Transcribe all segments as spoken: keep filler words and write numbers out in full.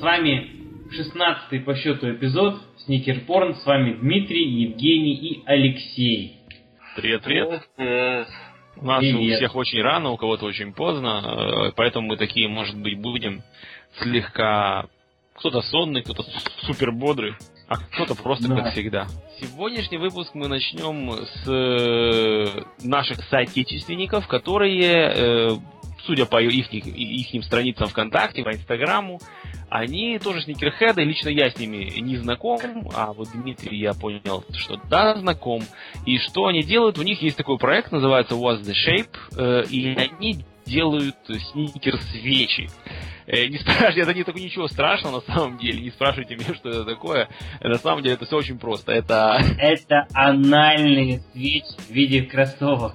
вами шестнадцатый по счету эпизод Sneaker Porn. С вами Дмитрий, Евгений и Алексей. Привет, привет. привет. У нас привет. У всех очень рано, у кого-то очень поздно, поэтому мы такие, может быть, будем слегка... Кто-то сонный, кто-то супер бодрый, а кто-то просто да. как всегда. Сегодняшний выпуск мы начнем с наших соотечественников, которые, судя по их, их страницам ВКонтакте, по Инстаграму, они тоже сникерхеды, лично я с ними не знаком, а вот Дмитрий, я понял, что да, знаком. И что они делают? У них есть такой проект, называется What's the Shape, и они делают сникер-свечи. Не спрашивайте, это не такое ничего страшного на самом деле, не спрашивайте меня, что это такое. На самом деле это все очень просто. Это Это анальные свечи в виде кроссовок.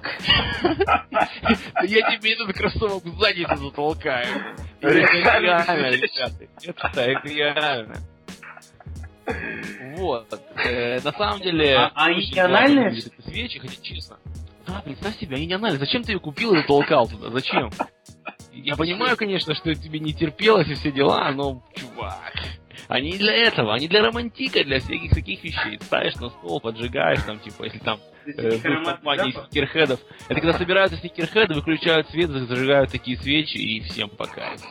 Я тебе этот кроссовок сзади затолкаю. Это реально, ребята. Это реально. Вот. На самом деле... А они не анальные? Свечи, хотя честно. Да, представь себе, они не анальные. Зачем ты ее купил и затолкал туда? Зачем? Я понимаю, конечно, что тебе не терпелось и все дела, но, чувак, они не для этого, они для романтика, для всяких таких вещей. Ставишь на стол, поджигаешь, там, типа, если там э, в компании сникерхедов. Это когда собираются сникерхеды, выключают свет, зажигают такие свечи и всем по кайфу.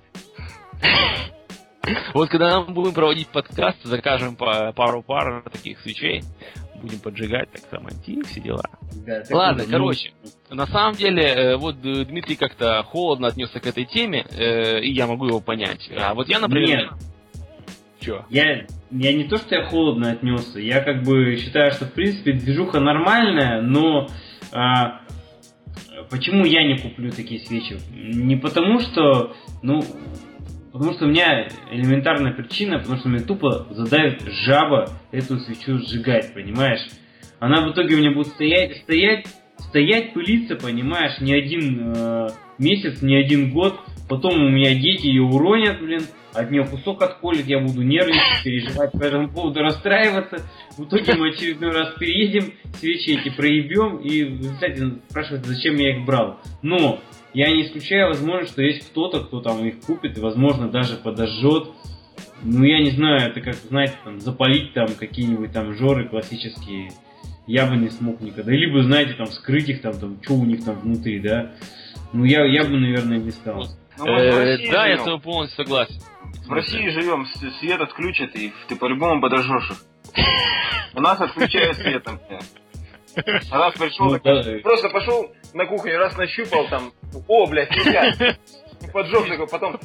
Вот когда мы будем проводить подкаст, закажем по пару пар таких свечей, будем поджигать, так романтик, все дела. Да, Ладно, буду, короче, ну... на самом деле, вот Дмитрий как-то холодно отнесся к этой теме, и я могу его понять. А вот я, например... Нет. Чё? Я, я не то, что я холодно отнесся, я как бы считаю, что в принципе движуха нормальная, но а, почему я не куплю такие свечи? Не потому что, ну... Потому что у меня элементарная причина, потому что мне тупо задавит жаба эту свечу сжигать, понимаешь? Она в итоге у меня будет стоять, стоять, стоять, пылиться, понимаешь, не один э, месяц, не один год. Потом у меня дети ее уронят, блин, от нее кусок отколет, я буду нервничать, переживать по этому поводу, расстраиваться. В итоге мы очередной раз переедем, свечи эти проебем и, кстати, спрашивают, зачем я их брал. Но... Я не исключаю возможность, что есть кто-то, кто там их купит и, возможно, даже подожжет. Ну, я не знаю, это как, знаете, там, запалить там какие-нибудь там жоры классические. Я бы не смог никогда. Либо, знаете, там, скрыть их там, там, что у них там внутри, да. Ну, я, я бы, наверное, не стал. Да, я с тобой полностью согласен. В России живем, свет отключат, и ты по-любому подожжешь их. У нас отключают светом. А раз пришел, ну, так, да. Просто пошел на кухню, раз нащупал там, о, блядь, нельзя. Поджег такой, потом,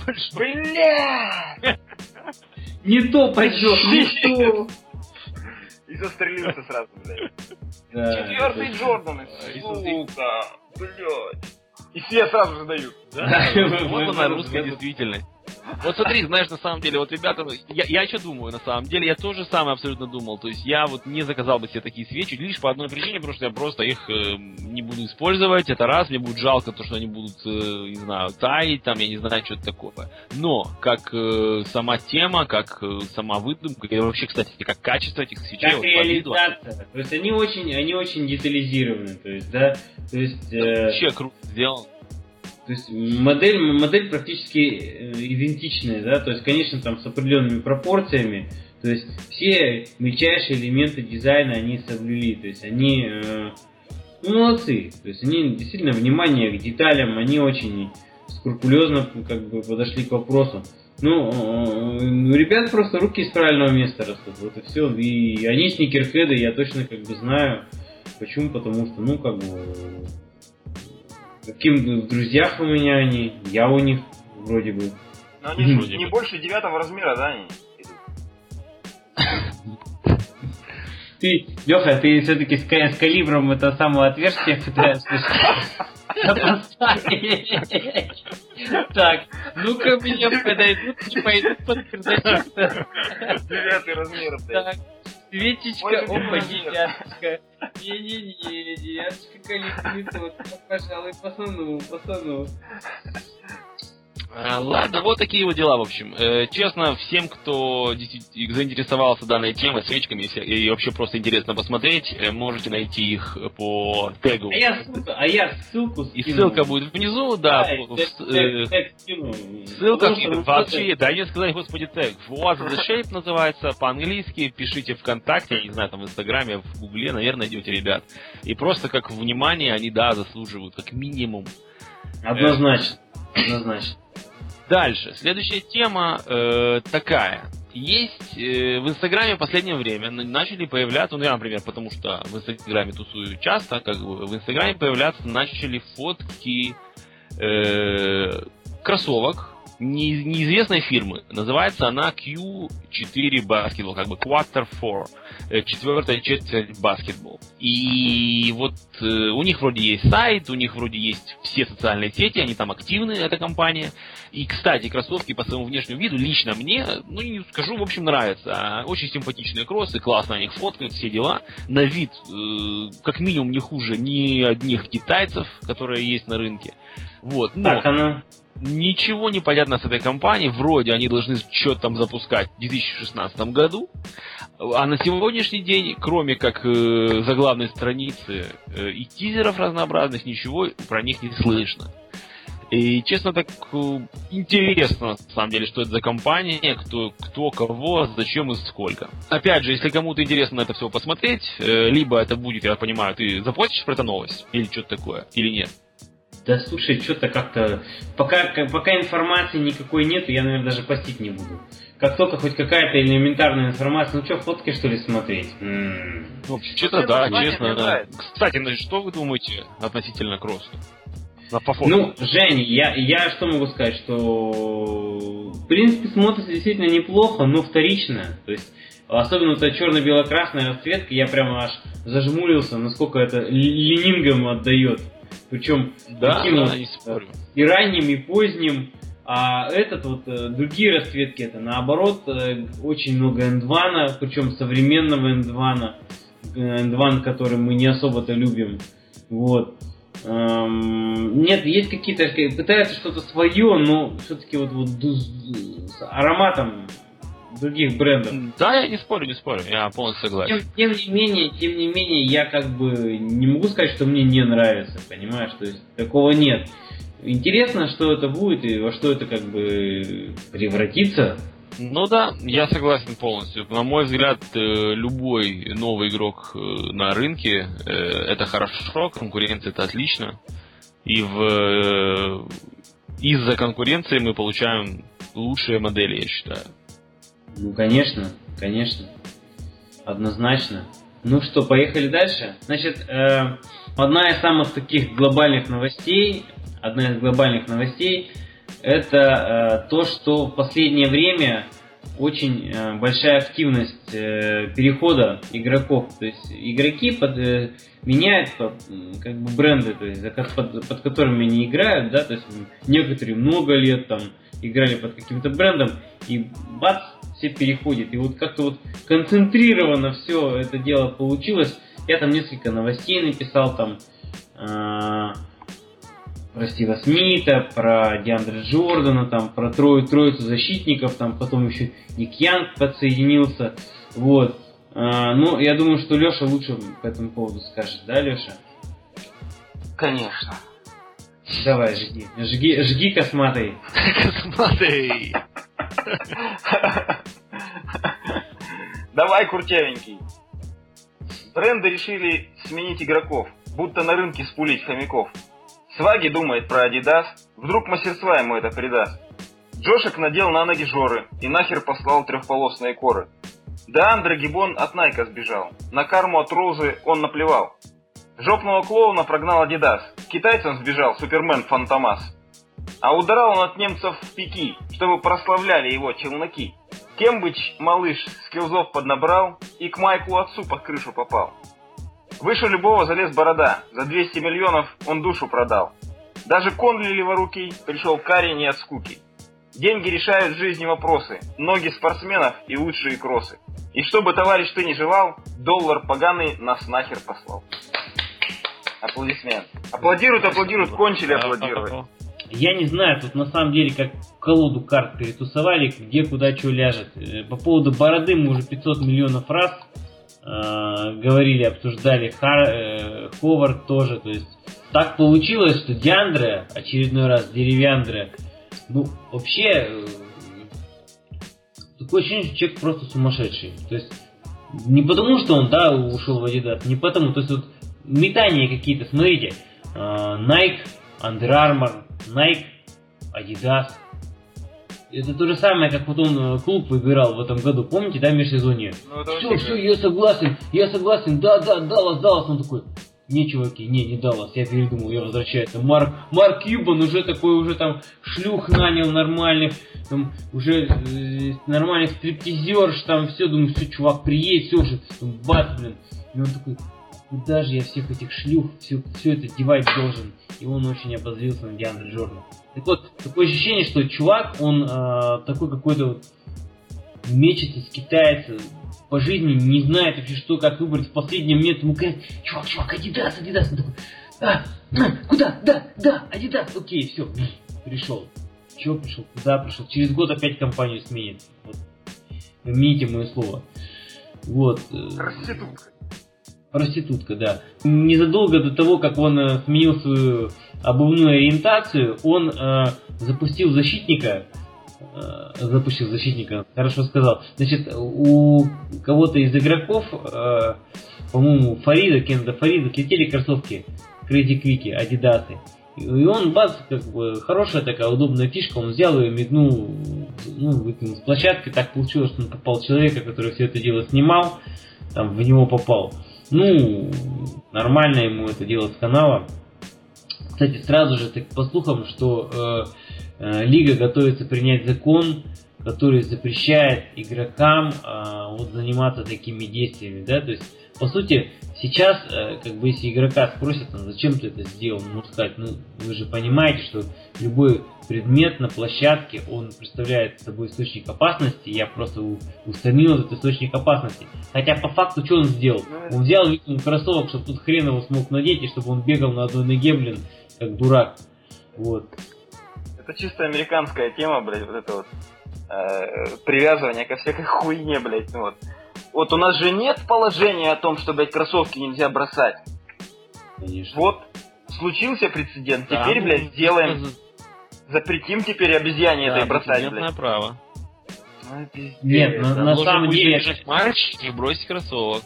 блядь! Не то поджег, не то! И застрелился сразу, блядь. Да, Четвертый да, Джордан, сука, блядь. И все сразу же дают. Да, вот она русская действительность. Вот смотри, знаешь, на самом деле, вот ребята, я, я что думаю, на самом деле, я тоже самое абсолютно думал, то есть я вот не заказал бы себе такие свечи, лишь по одной причине, потому что я просто их э, не буду использовать, это раз, мне будет жалко то, что они будут, э, не знаю, таять, там, я не знаю, что-то такое. Но, как э, сама тема, как э, сама выдумка, и вообще, кстати, как качество этих свечей. Как вот, реализация, то есть они очень, они очень детализированы, то есть, да, то есть... Э... Вообще круто сделано. То есть модель, модель практически идентичная, да, то есть, конечно, там с определенными пропорциями, то есть все мельчайшие элементы дизайна они соблюли, то есть они э, ну, молодцы, то есть они действительно внимание к деталям, они очень скрупулезно как бы подошли к вопросу. Ну, у ребят просто руки из правильного места растут, вот и все, и они сникерхеды, я точно как бы знаю, почему, потому что, ну, как бы... Каким в друзьях у меня они, я у них вроде бы. Но они же не больше девятого размера, да, они? Ты, Леха, ты все-таки с, с калибром этого самого отверстия пытаешься поставить. Так, ну-ка меня подойдут, не пойдут под пердачок. Девятый размер, блядь. Свечечка, опа, девяточка. Не-не-не, девяточка калибр не тот. Пожалуй, пацану, пацану. Ладно, вот такие вот дела, в общем. Честно, всем, кто заинтересовался данной темой, свечками, и вообще просто интересно посмотреть, можете найти их по тегу. А я ссылку, а я ссылку скину. И ссылка будет внизу, да. да в, тег, тег, тег скину. Ссылка вообще, да, не сказать, господи, тег. What the Shape называется по-английски, пишите ВКонтакте, я не знаю, там в Инстаграме, в Гугле, наверное, найдете ребят. И просто как внимание они, да, заслуживают, как минимум. Однозначно, однозначно. Дальше. Следующая тема э, такая. Есть э, в Инстаграме в последнее время начали появляться, ну я, например, потому что в Инстаграме тусую часто, как бы в Инстаграме появляться начали фотки э, кроссовок не, неизвестной фирмы. Называется она кью четыре Basketball, как бы Quarter четыре, четвертая четверть баскетбол. И вот э, у них вроде есть сайт, у них вроде есть все социальные сети, они там активны, эта компания. И, кстати, кроссовки по своему внешнему виду лично мне, ну не скажу, в общем, нравятся. Очень симпатичные кроссы, классно они фоткают, все дела. На вид, э, как минимум, не хуже ни одних китайцев, которые есть на рынке. Вот, но... Так, она... Ничего не понятно с этой компанией. Вроде они должны что-то там запускать в две тысячи шестнадцатом году. А на сегодняшний день, кроме как э, заглавной страницы э, и тизеров разнообразных, ничего про них не слышно. И, честно, так э, интересно, на самом деле, что это за компания, кто, кто кого, зачем и сколько. Опять же, если кому-то интересно на это все посмотреть, э, либо это будет, я понимаю, ты заплатишь про эту новость, или что-то такое, или нет. Да слушай, что-то как-то... Пока, пока информации никакой нет, я, наверное, даже постить не буду. Как только хоть какая-то элементарная информация, ну что, фотки что ли смотреть? М-м. Ну, что-то да, честно, да. Кстати, ну что вы думаете относительно кросса? Ну, Жень, я, я что могу сказать, что в принципе смотрится действительно неплохо, но вторично. То есть, особенно эта черно-бело-красная расцветка, я прямо аж зажмурился, насколько это ленингом отдает. Причем да, таким да, вот, не спорю. И ранним, и поздним. А этот вот, другие расцветки, это наоборот, очень много энд ван, причем современного энд ван, энд ван, который мы не особо-то любим. Вот. Нет, есть какие-то, пытаются что-то свое, но все-таки вот, вот с ароматом других брендов. Да, я не спорю, не спорю, я полностью согласен. Тем, тем не менее, тем не менее, я как бы не могу сказать, что мне не нравится, понимаешь, то есть такого нет. Интересно, что это будет и во что это как бы превратится. Ну да, я согласен полностью. На мой взгляд, любой новый игрок на рынке это хорошо, конкуренция это отлично. И в из-за конкуренции мы получаем лучшие модели, я считаю. Ну, конечно, конечно. Однозначно. Ну что, поехали дальше? Значит, э, одна из самых таких глобальных новостей, одна из глобальных новостей, это э, то, что в последнее время очень э, большая активность э, перехода игроков. То есть игроки под, э, меняют под, как бы бренды, то есть, под, под которыми они играют, да, то есть некоторые много лет там играли под каким-то брендом, и бац, все переходят. И вот как-то вот концентрированно все это дело получилось. Я там несколько новостей написал, там э, про Стива Смита, про Диандре Джордана, там, про трою, троицу защитников, там потом еще Ник Янг подсоединился. Вот. Э, ну, я думаю, что Леша лучше по этому поводу скажет, да, Леша? Конечно. Давай, жги. Жги, жги косматый. Косматый. Давай, курчавенький. Бренды решили сменить игроков, будто на рынке спулить хомяков. Сваги думает про Adidas, вдруг мастерства ему это придаст. Джошек надел на ноги жоры и нахер послал трехполосные коры. Деандре Гибон от Найка сбежал, на карму от Розы он наплевал. Жопного клоуна прогнал Adidas, китайцам сбежал Супермен Фантомас. А удрал он от немцев в пики, чтобы прославляли его челноки. Кембридж малыш скиллзов поднабрал и к Майклу отцу под крышу попал. Выше любого залез борода, за двести миллионов он душу продал. Даже Конли леворукий пришел к Каре не от скуки. Деньги решают в жизни вопросы, ноги спортсменов и лучшие кроссы. И чтобы, товарищ, ты не желал, доллар поганый нас нахер послал. Аплодисмент. Аплодируют, аплодируют, кончили аплодировать. я не знаю, тут на самом деле как колоду карт перетусовали, где куда что ляжет. По поводу бороды мы уже пятьсот миллионов раз э, говорили, обсуждали. Хар, э, Ховард тоже. То есть так получилось, что Диандре, очередной раз Деревяндре, ну вообще э, такое ощущение, что человек просто сумасшедший. То есть не потому, что он, да, ушел в Adidas, не потому. То есть вот метания какие-то, смотрите, э, Nike, Under Armour, Nike, Adidas. Это то же самое, как вот он клуб выбирал в этом году. Помните, да, в межсезонье? Ну, все, все, я согласен, я согласен, да, да, Даллас, Даллас. Он такой, не, чуваки, не, не Даллас, я передумал, я возвращаюсь. Марк, Марк Кьюбан уже такой, уже там шлюх нанял нормальных, там уже э, нормальных стриптизерш, там все, думаю, все, чувак, приедет, все уже, там, бац, блин. И он такой, куда же я всех этих шлюх, все, все это девать должен. И он очень обозлился на Диандре Джордана. Так вот, такое ощущение, что чувак, он э, такой какой-то вот мечется, скитается по жизни, не знает вообще, что, как выбрать. В последний момент ему говорят, чувак, чувак, Адидас, Адидас. Он такой, а, а, куда? Да, да, Адидас, окей, все, пришел. Чего пришел? Куда пришел? Через год опять компанию сменит. Вот. Помяните мое слово. Вот. Проститутка. Проститутка, да. Незадолго до того, как он э, сменил свою обувную ориентацию, он э, запустил защитника. Э, запустил защитника, хорошо сказал. Значит, у кого-то из игроков, э, по-моему, Фарида, Кенда Фарида, летели кроссовки Crazy Quick, Адидасы. И он, бац, как бы, хорошая такая удобная фишка, он взял ее, метнул, ну, выкинул с площадки. Так получилось, что он попал в человека, который все это дело снимал, там, в него попал. Ну, нормально ему это дело с канала. Кстати, сразу же, так, по слухам, что э, э, Лига готовится принять закон, который запрещает игрокам э, вот, заниматься такими действиями, да, то есть, по сути, сейчас, э, как бы, если игрока спросят, ну, зачем ты это сделал, он может сказать, ну, вы же понимаете, что любой предмет на площадке, он представляет собой источник опасности, я просто устранил этот источник опасности. Хотя, по факту, что он сделал? Он взял, выкинул кроссовок, чтобы тут хрен его смог надеть, и чтобы он бегал на одной ноге, блин, как дурак. Вот. Это чисто американская тема, блядь, вот это вот э, привязывание ко всякой хуйне, блядь, ну вот. Вот у нас же нет положения о том, что, блядь, кроссовки нельзя бросать. Конечно. Вот, случился прецедент, да, теперь, ну, блядь, сделаем, запретим теперь обезьяне да, этой бросать, блядь. право. Ну, пиздец. Нет, на, на самом деле... бежать мальчик и бросить кроссовок.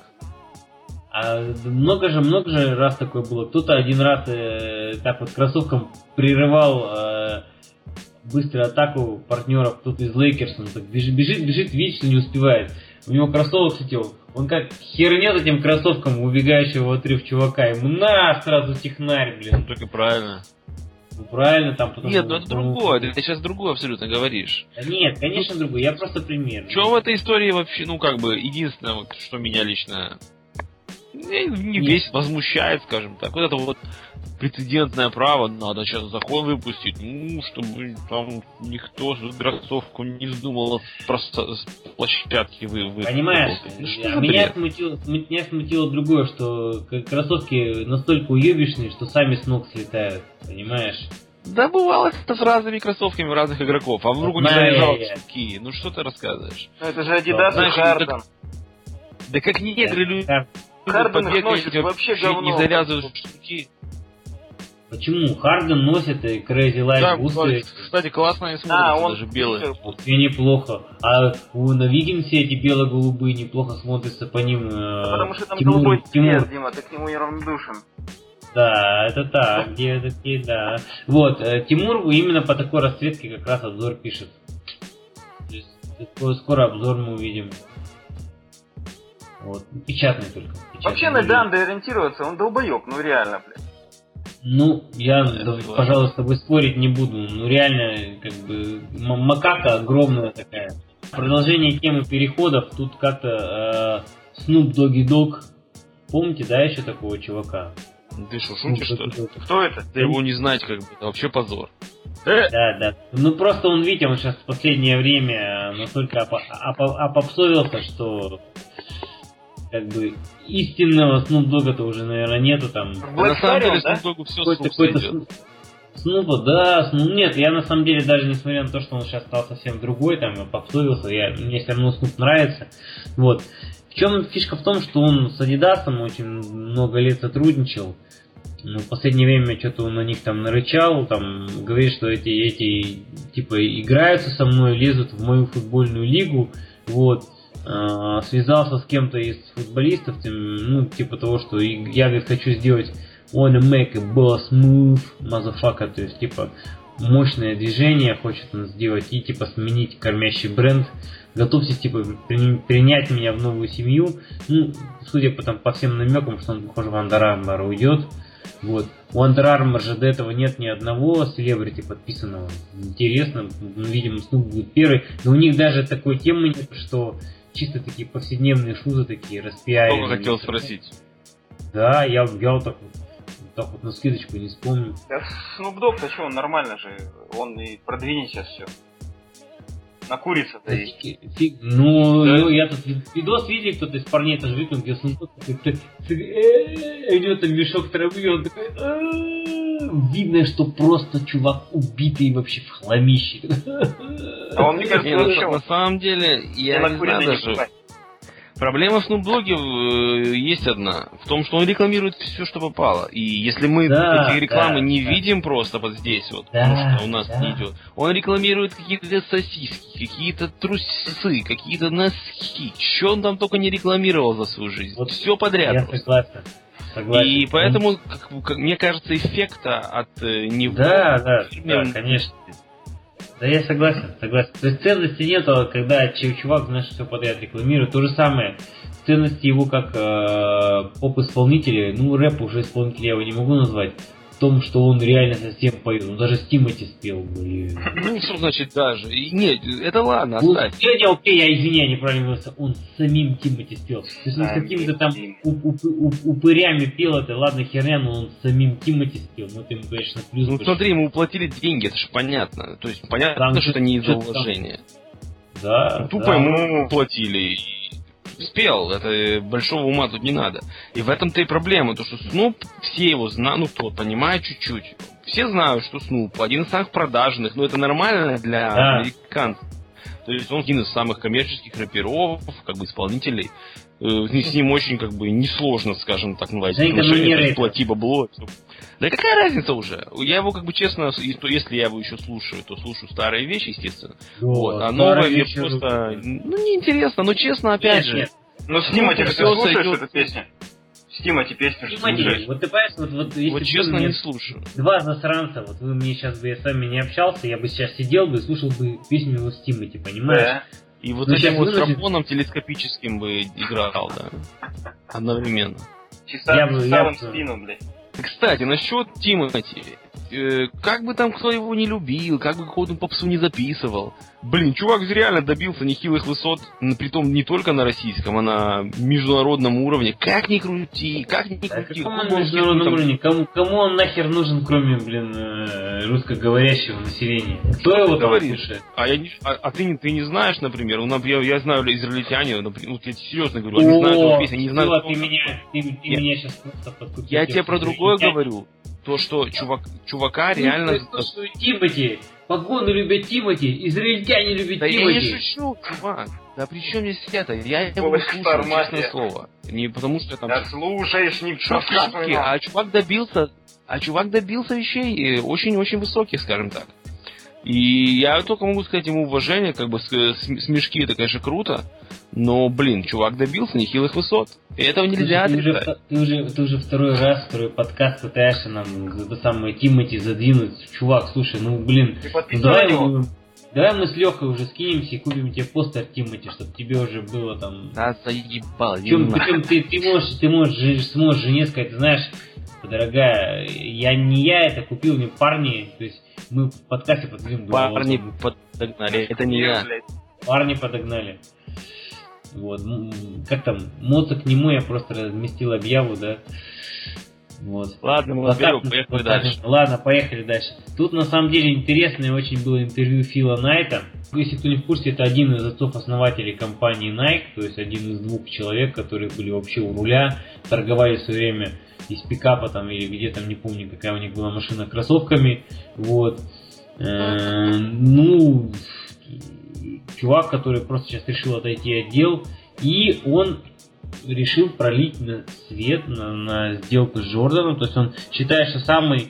А много же, много же раз такое было. Кто-то один раз э, так вот кроссовком прерывал э, быструю атаку партнеров, кто-то из Лейкерс, он так бежит, бежит, бежит, видит, что не успевает. У него кроссовок слетел. Он как хернет этим кроссовком убегающего в отрыв чувака. Ему на, сразу технарь, блин. Ну, только правильно. Ну правильно там, потому Нет, ну это другое, ты сейчас другое абсолютно говоришь. Да нет, конечно, ну, другое, я просто пример. Что в этой истории вообще, ну как бы, единственное, вот, что меня лично не весь возмущает, скажем так, вот это вот прецедентное право, надо сейчас закон выпустить, ну, чтобы там никто кроссовку не вздумал просто с площадки вы, вы понимаешь, ну, меня, смутило, меня смутило другое, что кроссовки настолько уебищные, что сами с ног слетают, понимаешь? Да бывало это с разными кроссовками разных игроков, а в руку не залезал носки, ну что ты рассказываешь? Ну это же Adidas и Харден. Да как негры люди... Харден их носит вообще говно. Не завязывают штуки. Почему? Харден носит и Crazy Life да, Booster. Кстати, классные смотрятся, а, он даже белые. И неплохо. А у, на Виггинсе эти бело-голубые неплохо смотрятся по ним. Да, потому что там Тимур, голубой Тимур. цвет, Дима, ты к нему неравнодушен. Да, это так, где такие, да. Вот, Тимур именно по такой расцветке как раз обзор пишет. То есть, скоро обзор мы увидим. Вот, печатный только. Печатный. Вообще на Данде ориентироваться, он долбоёб, ну реально, блядь. Ну, я, да, пожалуй, с тобой спорить не буду. Ну, реально, как бы, макака огромная такая. Продолжение темы переходов. Тут как-то э, Snoop Doggy Dogg. Помните, да, еще такого чувака? Ты что, шутишь, что ли? Кто это? Ты его не знать, как бы, это вообще позор. Да, да. Ну, просто он, видите, он сейчас в последнее время настолько опопсовился, что... как бы истинного Snoop Dogg-то уже, наверное, нету там. На самом деле Snoop Dogg все какой-то, какой-то, Снупа, да, ну нет, я на самом деле даже несмотря на то, что он сейчас стал совсем другой, там, попсовился, я, мне все равно Снуп нравится, вот. В чем фишка в том, что он с Адидасом очень много лет сотрудничал, ну, в последнее время что-то он на них там нарычал, там, говорит, что эти, эти, типа, играются со мной, лезут в мою футбольную лигу, вот, э, связался с кем-то из футболистов, ну, типа того, что я, говорит, хочу сделать wanna make a boss move, motherfucker, то есть, типа, мощное движение хочет он сделать и, типа, сменить кормящий бренд. Готовьтесь, типа, при, принять меня в новую семью. Ну, судя по, там, по всем намекам, что он, похоже, в Under Armour уйдет. Вот. У Under Armour же до этого нет ни одного селебрити подписанного. Интересно, ну, видимо, Снуп будет первый. Но у них даже такой темы нет, что чисто такие повседневные шузы такие распиаренные. Только хотел спросить. Да, я, я вот так вот. Так вот на скидочку не вспомню. Да, Snoop Dogg-то что, он нормально же. Он и продвинет сейчас все. На курице-то да, есть. Фиг, ну, да. ну, я тут видос видел, кто-то из парней тоже выкинул, где Snoop Dogg идет там мешок травы, и он такой... Видно, что просто чувак убитый вообще в хламище. А он, мне кажется, не, на самом деле, я не знаю даже... Проблема в Snoop Dogg э, есть одна, в том, что он рекламирует все, что попало. И если мы да, эти рекламы да, не да. видим просто вот здесь вот, да, потому что у нас да. не идет, он рекламирует какие-то сосиски, какие-то трусы, какие-то носки, что он там только не рекламировал за свою жизнь. Вот все подряд. Я согласен. Согласен. И поэтому, как, как, мне кажется, эффекта от э, него... Да, да, да, конечно. Да, я согласен, согласен. То есть ценности нету, когда чувак, знаешь, все подряд рекламирует. То же самое. Ценности его как э, поп-исполнителя, ну, рэп уже исполнителя я его не могу назвать, в том, что он реально совсем поет. Он даже с Тимати спел, блин. Ну, что значит даже? Нет, это ладно, ну, оставь. Сегодня, окей, я извиняюсь, неправильно говорился, он с самим Тимати спел. То есть он с какими-то там уп- уп- уп- упырями пел, это ладно херня, но он с самим Тимати спел. Ну, это ему, конечно, плюс. Ну, смотри, ему уплатили деньги, это же понятно. То есть, понятно, там что это не из-за уважения. Да, ну, тупо да. ему уплатили. Спел, это большого ума тут не надо. И в этом-то и проблема, то что Снуп, все его знают, ну кто понимает чуть-чуть. Все знают, что Снуп один из самых продажных, но это нормально для да. американцев. То есть он один из самых коммерческих рэперов, как бы исполнителей. С ним очень как бы несложно, скажем так, наладить отношения, плати бабло. Да какая разница уже? Я его, как бы, честно, если я его еще слушаю, то слушаю старые вещи, естественно. Да, вот. А новое мне просто, ну, неинтересно, но честно, опять нет, же. Нет. Ну, с Тимати ты слушаешь эту песню? С Тимати песню же слушаешь? Вот ты понимаешь, вот, вот, если вот честно, не слушаю. Два засранца, вот вы мне сейчас бы, я с вами не общался, я бы сейчас сидел бы и слушал бы песню его с Тимати, понимаешь? Да. И вот ну, этим вот тромбоном телескопическим бы играл, да. Одновременно. Часа я бы, я бы... спину, блядь. Кстати, насчет Тимати. Э, как бы там кто его не любил, как бы какую-то попсу не записывал. Блин, чувак реально добился нехилых высот, притом не только на российском, а на международном уровне. Как ни крути, как ни да, крути. Каком на международном уровне? Кому, кому он нахер нужен, кроме, блин, русскоговорящего населения? Кто его там слушает? А, я не, а, а ты, ты не знаешь, например, ну, например, я знаю израильтяне, например, я серьезно говорю, они знают эту песню, не знают. Ты меня, ты, ты я, меня сейчас просто подкупил. Я тебе про другое говорю. То, что чувак, чувака ну, реально... То, что Тимати, погоны любят Тимати, израильтяне любят да Тимати. Да я не шучу, чувак. Да при чем здесь это? Я его слушаю, честное слово. Не потому что там... Да слушаешь, не шутки, а чувак добился... А чувак добился вещей очень-очень высоких, скажем так. И я только могу сказать ему уважение, как бы смешки это, конечно, круто, но, блин, чувак добился нехилых высот. И этого нельзя ты отрицать. Уже, ты, уже, ты уже второй раз, второй подкаст пытаешься нам это самое Тимати задвинуть. Чувак, слушай, ну, блин, ну, давай, мы, давай мы с Лехой уже скинемся и купим тебе постер Тимати, чтобы тебе уже было там... Да, заебал. Причем, причем ты, ты можешь, ты можешь, сможешь жене сказать, знаешь, дорогая, я не я это купил, не парни, то есть мы в подкасте подвинем. Парни подогнали, это не я. Парни подогнали. Вот. Как там, моцик не мой, я просто разместил объяву, да. Вот. Ладно, мы разберем, поехали дальше. Ладно, поехали дальше. Тут на самом деле интересное очень было интервью Фила Найта. Если кто не в курсе, это один из отцов-основателей компании Nike, то есть один из двух человек, которые были вообще у руля, торговали в свое время из пикапа там или где там, не помню, какая у них была машина, кроссовками. Вот. Ну, чувак, который просто сейчас решил отойти от дел, и он решил пролить свет на, на сделку с Джорданом. То есть он считает, что самый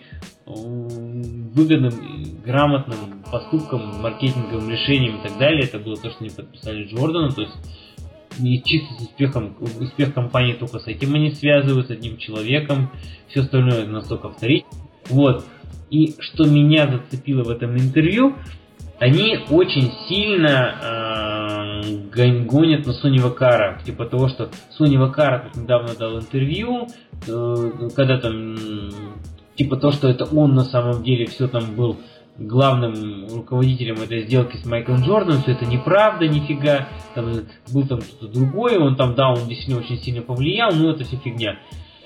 выгодным, грамотным поступком, маркетинговым решением и так далее, это было то, что они подписали Джордана. То есть и чисто с успехом, успех компании только с этим они связывают, с одним человеком, все остальное настолько вторить. Вот. И что меня зацепило в этом интервью, они очень сильно э, гонят на Сони Вакара. Типа того, что Сони Вакара как недавно дал интервью, э, когда там, типа то, что это он на самом деле все там был главным руководителем этой сделки с Майклом Джорданом, все это неправда, нифига. Там был там кто-то другой, он там, да, он действительно очень сильно повлиял, но это все фигня.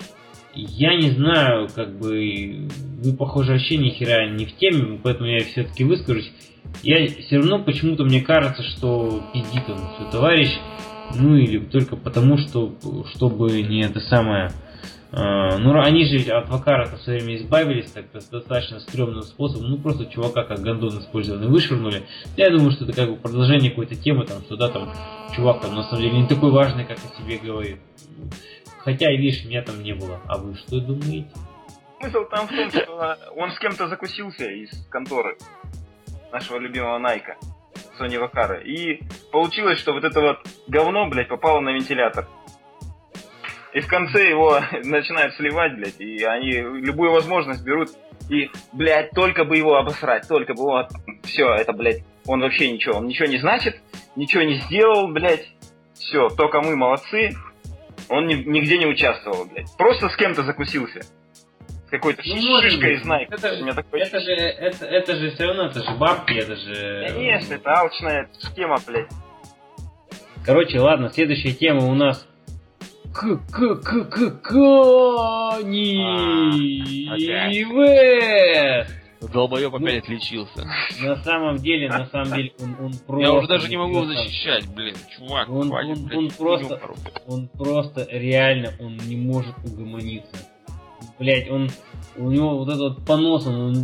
Я не знаю, как бы, вы, похоже, вообще ни хера не в теме, поэтому я все-таки выскажусь. Я все равно почему-то мне кажется, что пиздит он свой товарищ, ну или только потому, что чтобы не это самое. Э, ну они же от Вакара-то в свое время избавились так достаточно стрёмным способом, ну просто чувака как гондон использовали, вышвырнули. Я думаю, что это как бы продолжение какой-то темы, там, что да, там чувак там на самом деле не такой важный, как о себе говорит. Хотя, видишь, меня там не было. А вы что думаете? Смысл там в том, что он с кем-то закусился из конторы нашего любимого Найка, Сони Вакара. И получилось, что вот это вот говно, блядь, попало на вентилятор. И в конце его начинают сливать, блядь, и они любую возможность берут. И, блядь, только бы его обосрать, только бы его... Все, это, блядь, он вообще ничего, он ничего не значит, ничего не сделал, блядь. Все, только мы молодцы. Он ни, нигде не участвовал, блядь. Просто с кем-то закусился. С какой-то ну, шишкой из Nike. Это, такой... это, же, это, это же все равно, это же бабки, это же... Конечно, это алчная схема, блядь. Короче, ладно, следующая тема у нас... К-к-к-к-к-Канье Долбоёб опять отличился. На самом деле, на самом деле, он, он просто... Я уже даже не могу защищать, блин, чувак. Он, хватит, он, блядь, он, просто, он просто реально, он не может угомониться. Блять, он... У него вот этот вот понос, он, он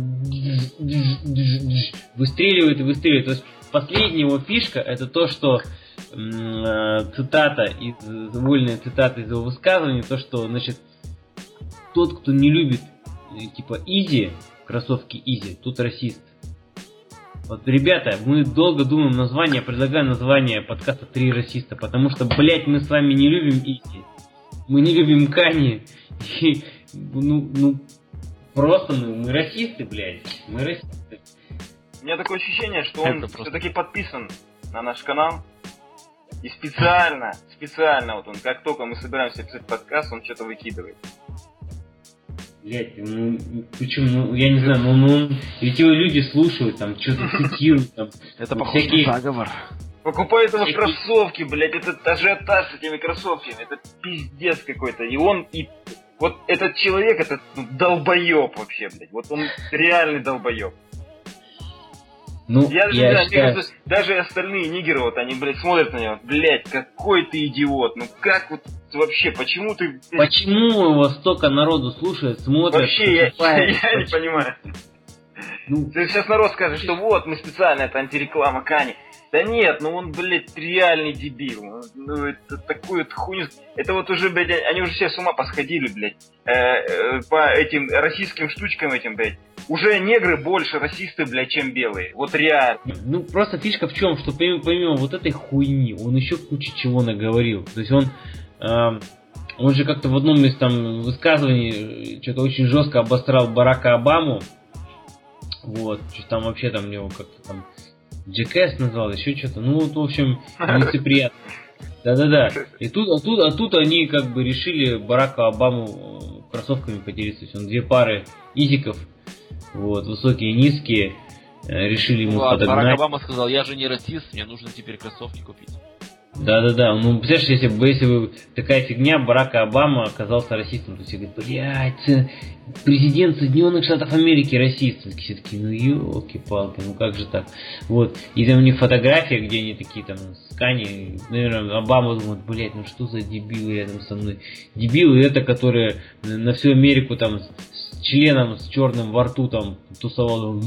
выстреливает и выстреливает. То есть последняя его фишка это то, что м- цитата, из, вольная цитата из его высказывания, то, что, значит, тот, кто не любит типа Изи, кроссовки Изи, тут расист. Вот, ребята, мы долго думаем название, я предлагаю название подкаста «Три расиста», потому что, блять, мы с вами не любим Изи, мы не любим Канье, и, ну, ну, просто, ну, мы расисты, блядь, мы расисты. У меня такое ощущение, что он просто... все-таки подписан на наш канал, и специально, специально, вот он, как только мы собираемся писать подкаст, он что-то выкидывает. Блять, ну, почему, ну, я не знаю, ну, ну, ведь его люди слушают, там, что-то цитируют, там. Это похоже всякие... на заговор. Покупает его всякие... кроссовки, блять, этот ажиотаж с этими кроссовками, это пиздец какой-то, и он, и вот этот человек, этот ну, долбоеб вообще, блять, вот он реальный долбоеб. Ну, я, я не считаю... знаю, даже остальные нигеры, вот они, блядь, смотрят на него, блядь, какой ты идиот, ну как вот вообще, почему ты... Почему его столько народу слушает, смотрит? Вообще, я, я, я не понимаю. Ну... Сейчас народ скажет, что вот, мы специально, это антиреклама Кани. Да нет, ну он, блядь, реальный дебил. Ну это такую вот хуйню... Это вот уже, блядь, они уже все с ума посходили, блядь, э, э, по этим российским штучкам этим, блядь. Уже негры больше расисты, блядь, чем белые. Вот реально. Ну, просто фишка в чем, что помимо, помимо вот этой хуйни, он еще кучу чего наговорил. То есть он... Э, он же как-то в одном из там высказываний что-то очень жестко обосрал Барака Обаму. Вот. Что там вообще там его как-то там... Джекэс назвал, еще что-то. Ну, вот, в общем, нелицеприятно. Да-да-да. И тут, а тут, а тут они как бы решили Барака Обаму кроссовками поделиться. То есть он две пары изиков, вот, высокие и низкие, решили ему ну, подогнать. Барак Обама сказал, я же не расист, мне нужно теперь кроссовки купить. Да-да-да, ну, представляешь, если бы, если бы такая фигня, Барака Обама оказался расистом, то все говорят, блядь, президент Соединенных Штатов Америки расист. Все такие, ну елки-палки, ну как же так? Вот, и там у них фотография, где они такие там с Кани, наверное, Обама думает, блядь, ну что за дебилы рядом со мной? Дебилы это, которые на всю Америку там с членом, с черным во рту там тусовал.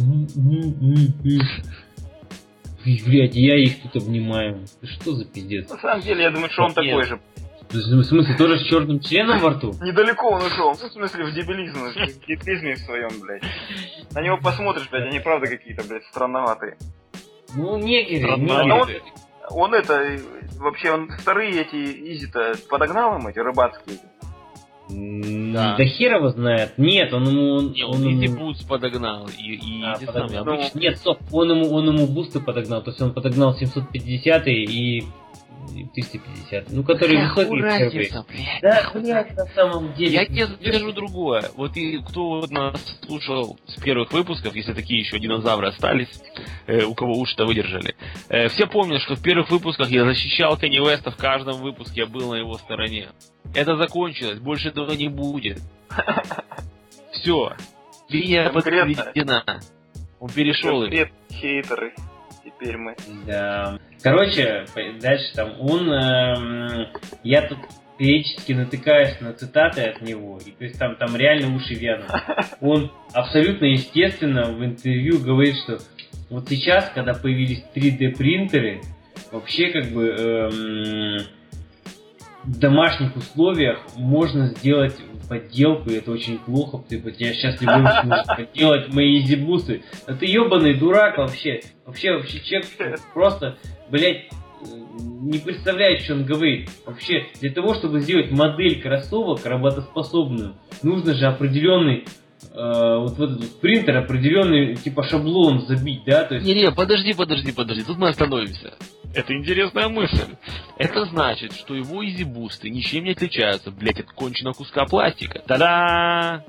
Блять, я их тут обнимаю. Что за пиздец? На самом деле, я думаю, что он такой же. В смысле, тоже с черным членом во рту? Недалеко он ушел. Ну, в смысле, в дебилизм, в дебилизме в своем, блядь. На него посмотришь, блядь, они правда какие-то, блядь, странноватые. Ну, негеры, он, он это, вообще, он вторые эти изи-то подогнал им, эти рыбацкие. Да. Да хер его знает. Нет, он ему... Он, не, он, он Изи Буст подогнал. И, и а, подогнал. Ну, нет, стоп, он ему, он ему бусты подогнал. То есть он подогнал семьсот пятьдесят и триста пятьдесят. Ну, которые высокие. Да, блядь, на самом деле. Я тебе скажу другое. Вот и кто вот нас слушал с первых выпусков, если такие еще динозавры остались, э, у кого уши-то выдержали, э, все помнят, что в первых выпусках я защищал Кэнни Уэста, в каждом выпуске я был на его стороне. Это закончилось, больше этого не будет. Все. Линия подведена. Он перешел. Привет, хейтеры. Теперь мы. Да. Короче, дальше там он... Эм, я тут периодически натыкаюсь на цитаты от него. И то есть там, там реально уши вянут. Он абсолютно естественно в интервью говорит, что вот сейчас, когда появились три дэ принтеры, вообще как бы... Эм, в домашних условиях можно сделать подделку, и это очень плохо, типа, я сейчас любой сможет подделать мои изибусы. А ты ебаный дурак вообще. Вообще, вообще, человек просто, блять, не представляет, что он говорит. Вообще, для того, чтобы сделать модель кроссовок работоспособную, нужно же определенный э, вот в этот принтер, определенный, типа, шаблон забить, да? То есть... Не-не, подожди, подожди, подожди, тут мы остановимся. Это интересная мысль. Это значит, что его изибусты ничем не отличаются, блять, от конченого куска пластика. Та-да!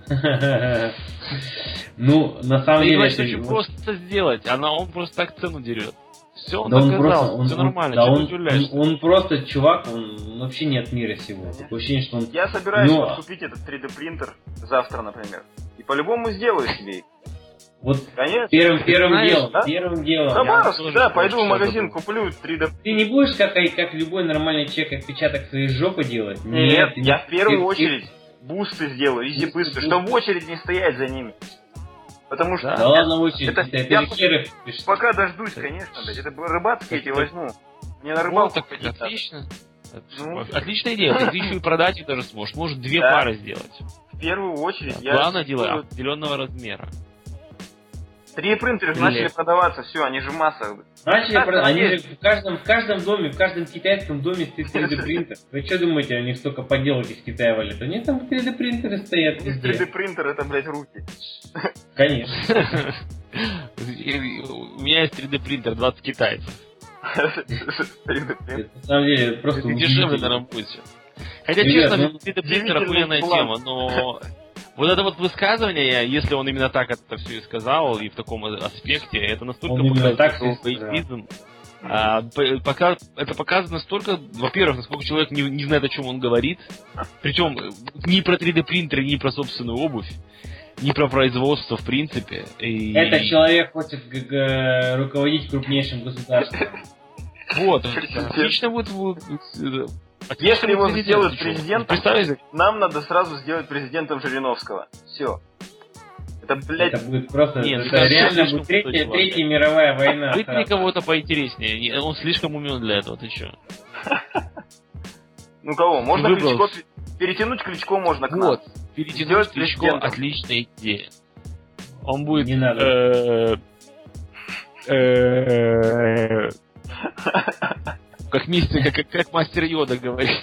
Ну, на самом деле... Это очень просто сделать, а он просто так цену дерет. Все, он доказал, все нормально, да, он, он, он просто чувак, он вообще не от мира сего. Такое ощущение, что он... Я собираюсь Но... купить этот три дэ принтер завтра, например. И по-любому сделаю себе. Вот Конечно. первым, первым Знаешь, делом, да? первым делом. Хабаровск, да, пойду в магазин, куплю три дэ. Ты не будешь, как, как любой нормальный человек, отпечаток своей жопы делать? Нет, Нет я в первую ты, очередь ты... бусты сделаю, изи-бусты, чтобы в очередь не стоять за ними. Потому что... Да, да ладно, в очередь, это, это, я это пока дождусь, конечно, блядь, это рыбацкие эти возьму. Мне на рыбалку ну, так, отлично. Ну, отличная идея, ты еще и продать их даже сможешь, может две да. пары сделать. В первую очередь я... Главное дело определенного размера. три дэ принтеры начали продаваться, все, они же масса. Начали продаваться, они же в каждом, в каждом доме, в каждом китайском доме стоит три дэ принтер. Вы что думаете, они столько подделок из Китая валят? Они там три дэ принтеры стоят везде. три дэ принтер это, блядь, руки. Конечно. У меня есть три дэ принтер, двадцать китайцев. На самом деле, просто дешевле, наверное, будет все. Хотя, честно, три дэ принтер охуенная тема, но... Вот это вот высказывание, если он именно так это все и сказал, и в таком аспекте, это настолько показывает, а, пока, это показывает настолько, во-первых, насколько человек не, не знает, о чем он говорит, причем ни про три дэ принтер, ни про собственную обувь, ни про производство в принципе. И... Этот человек хочет руководить крупнейшим государством. Вот, отлично будет... Отлично, если его сделают президентом, нам надо сразу сделать президентом Жириновского. Все. Это, блядь... Это будет просто... Нет, это реально будет третья, третья мировая война. Вытяни кого-то поинтереснее. Он слишком умен для этого, ты чё? Ну кого? Можно Кличко... Перетянуть Кличко можно к нам. Вот. Перетянуть Кличко — отличная идея. Он будет... Не надо. Как мистер, как, как мастер Йода говорит.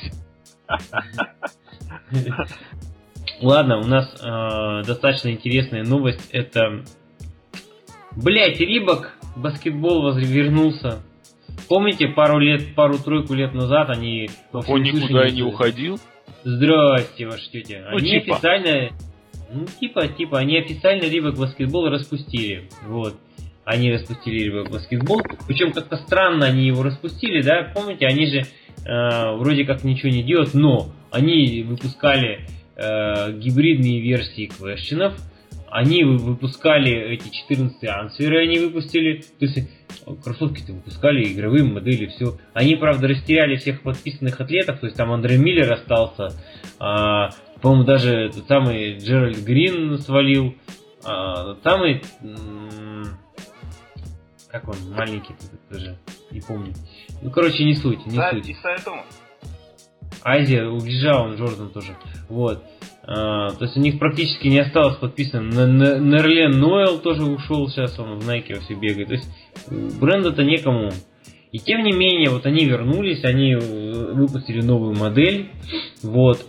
Ладно, у нас э, достаточно интересная новость. Это, блять, Рибок баскетбол вернулся. Помните, пару лет, пару-тройку лет назад они... Он никуда и не уходил? Здрасте, ваша тетя. Ну, они типа. официально... Ну, типа, типа, они официально Рибок баскетбол распустили. Вот. Они распустили Рибок баскетбол. Причем как-то странно они его распустили, да? Помните, они же э, вроде как ничего не делают, но они выпускали э, гибридные версии квестченов, они выпускали эти четырнадцатые ансверы, они выпустили, то есть кроссовки-то выпускали, игровые модели, все. Они, правда, растеряли всех подписанных атлетов, то есть там Андре Миллер остался, а, по-моему, даже этот самый Джеральд Грин свалил, а, самый, как он, маленький тоже, не помню. Ну, короче, не суть, не да, суть. И Сайтома. Азия, убежал он, Джордан тоже, вот. Uh, то есть у них практически не осталось подписано. Нерлен Нойл тоже ушел, сейчас он в Nike все бегает. То есть бренда-то некому. И тем не менее, вот они вернулись, они выпустили новую модель. Вот.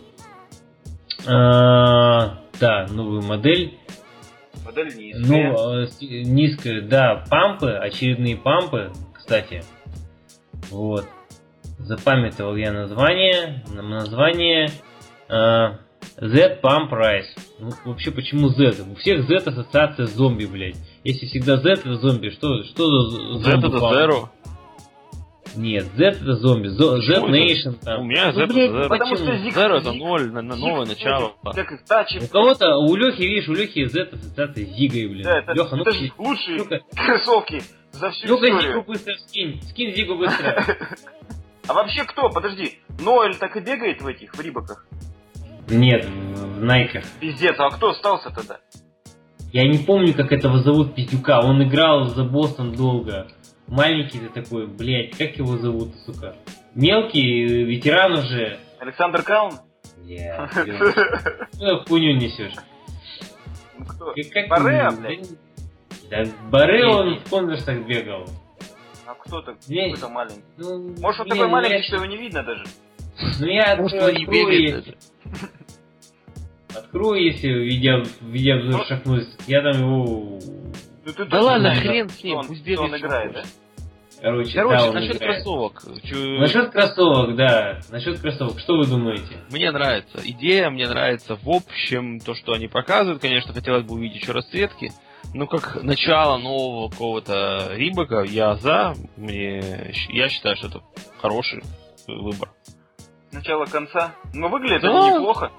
Uh, да, новую модель. Модель низкая. Ну, низкая, да, пампы, очередные пампы, кстати. Вот. Запамятовал я название. Название... Uh, Z Pump Rise. Ну, вообще, почему Z? У всех Z ассоциация с зомби, блядь. Если всегда Z это зомби, что, что за Z это Zero? Нет, Z это зомби. Z, Z Nation там. У меня Z ну, блядь, это Zero. Потому что Zig, Zero это ноль, на, на новое начало. У кого-то, у Лехи, видишь, у Лехи Z ассоциация с Зигой, блин. Да, это, Леха, ну это же лучшие ну-ка, кроссовки за всю ну-ка, историю. Зигу быстро скинь. Скинь Зигу быстро. А вообще кто? Подожди, Ноэль так и бегает в этих, в рибоках? Нет, в Найках. Пиздец, а кто остался тогда? Я не помню, как этого зовут пиздюка. Он играл за Бостон долго. Маленький ты такой, блядь, как его зовут, сука? Мелкий, ветеран уже. Александр Каун? Блядь, ну хуйню несешь. Ну кто? Баре, блядь? Да Баре он в конверсах бегал. А кто-то? Какой-то маленький. Ну, может, он не, такой ну, маленький, я... что его не видно даже? Ну я Может, открою, он не бегает если... Открою, если видео, видеообзор шахнуть, я там его... Ну, ты да ладно, знаешь, хрен с ним, он, пусть бегает. Он играет, да? Короче, Короче да, насчет играет. кроссовок. Чё... Насчет кроссовок, да. Насчет кроссовок, что вы думаете? Мне нравится идея, мне нравится в общем то, что они показывают. Конечно, хотелось бы увидеть еще расцветки. Но как начало нового какого-то Рибока, я за. Мне, я считаю, что это хороший выбор. Начало конца. Но выглядит да. это неплохо.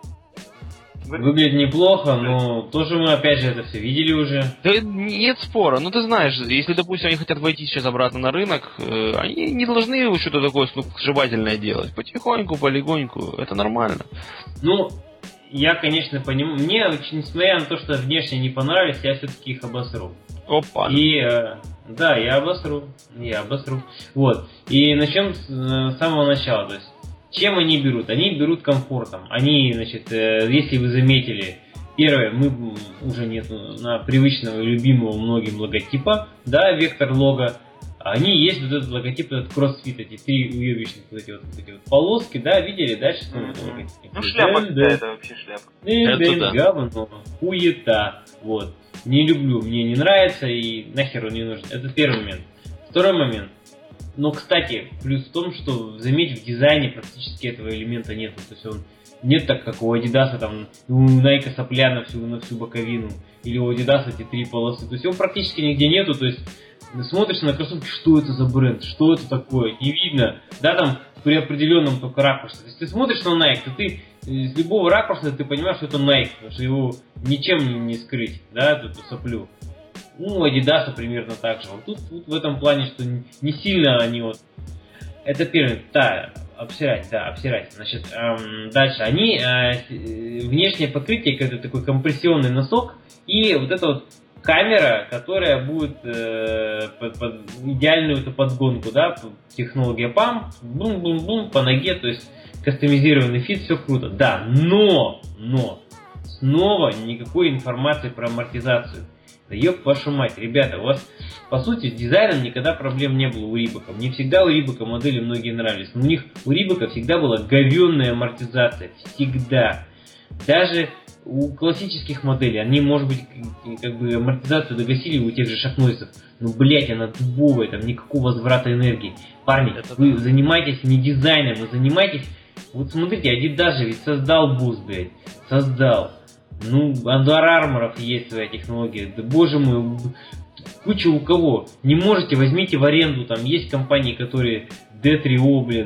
Выглядит неплохо, но тоже мы опять же это все видели уже. Да нет спора. Ну ты знаешь, если, допустим, они хотят войти сейчас обратно на рынок, э, они не должны что-то такое сногсшибательное делать. Потихоньку, полегоньку, это нормально. Ну, я, конечно, понимаю. Мне, несмотря на то, что внешне не понравились, я все-таки их обосру. Опа. И, э, да, я обосру. Я обосру. Вот. И начнем с э, самого начала. То есть, чем они берут? Они берут комфортом. Они, значит, э, если вы заметили, первое, мы уже нет на привычного и любимого многим логотипа, да, вектор лого. Они есть вот этот логотип, этот кроссфит, эти три уебищных вот эти вот, вот эти вот полоски, да, видели, да, что mm-hmm. это логотип? Ну шляпа, да, это вообще шляпа. Это да. Говно, хуета, вот. Не люблю, мне не нравится и нахер он не нужен. Это первый момент. Второй момент. Но, кстати, плюс в том, что, заметь, в дизайне практически этого элемента нет. То есть он нет так, как у Adidas, там, у Nike сопля на всю, на всю боковину. Или у Adidas эти три полосы. То есть его практически нигде нету. То есть смотришь на кроссовки, что это за бренд, что это такое, не видно. Да, там при определенном только ракурсе. То есть ты смотришь на Nike, то ты с любого ракурса ты понимаешь, что это Nike, потому что его ничем не, не скрыть, да, эту соплю. Ну, у Adidas примерно так же. Вот тут, тут в этом плане, что не сильно они вот... Это первый, да, обсирать, да, обсирать. Значит, эм, дальше. Они, э, внешнее покрытие, это такой компрессионный носок, и вот эта вот камера, которая будет э, под, под идеальную эту подгонку, да, технология пам, бум-бум-бум, по ноге, то есть кастомизированный фит, все круто. Да, но, но, снова никакой информации про амортизацию. Да ёб вашу мать, ребята, у вас, по сути, с дизайном никогда проблем не было у Рибока. Мне всегда у Рибока модели многие нравились. Но у них, у Рибока всегда была говенная амортизация. Всегда. Даже у классических моделей, они, может быть, как бы амортизацию догасили у тех же шахнойцев. Но, блять, она дубовая, там никакого возврата энергии. Парни, это вы да. занимаетесь не дизайном, вы занимаетесь... Вот смотрите, Adidas же ведь создал буст, блядь. Создал. Ну, Under Armour есть своя технология. Да боже мой, куча у кого. Не можете, возьмите в аренду. Там есть компании, которые ди три о, блин,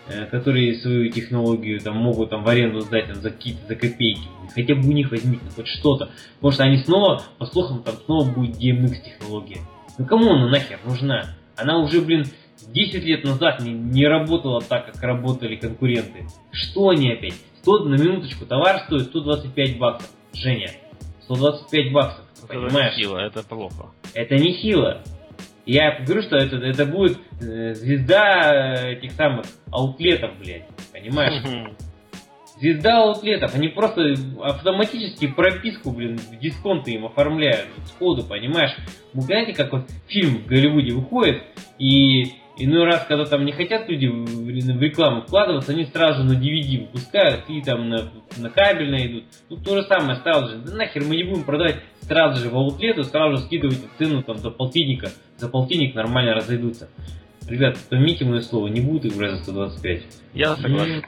которые свою технологию там могут там в аренду сдать там, за какие-то за копейки. Хотя бы у них возьмите хоть что-то. Потому что они снова, по слухам, там снова будет ди эм икс технология. Ну кому она нахер нужна? Она уже, блин, десять лет назад не, не работала так, как работали конкуренты. Что они опять? сто на минуточку, товар стоит сто двадцать пять баксов. Женя, сто двадцать пять баксов. Это понимаешь? Не хило, это плохо. Это не хило. Я говорю, что это, это будет э, звезда этих самых аутлетов, блядь. Понимаешь? Звезда аутлетов. Они просто автоматически прописку, блин, дисконты им оформляют сходу, понимаешь? Вы знаете, как вот фильм в Голливуде выходит, и иной раз, когда там не хотят люди в рекламу вкладываться, они сразу на ди ви ди выпускают и там на, на кабельно идут. Тут то же самое сразу же. Да нахер мы не будем продавать сразу же в аутлету, сразу же скидывать цену там до полтинника. За полтинник нормально разойдутся. Ребят, поймите мое слово, не будет их брать за сто двадцать пять. Я согласен.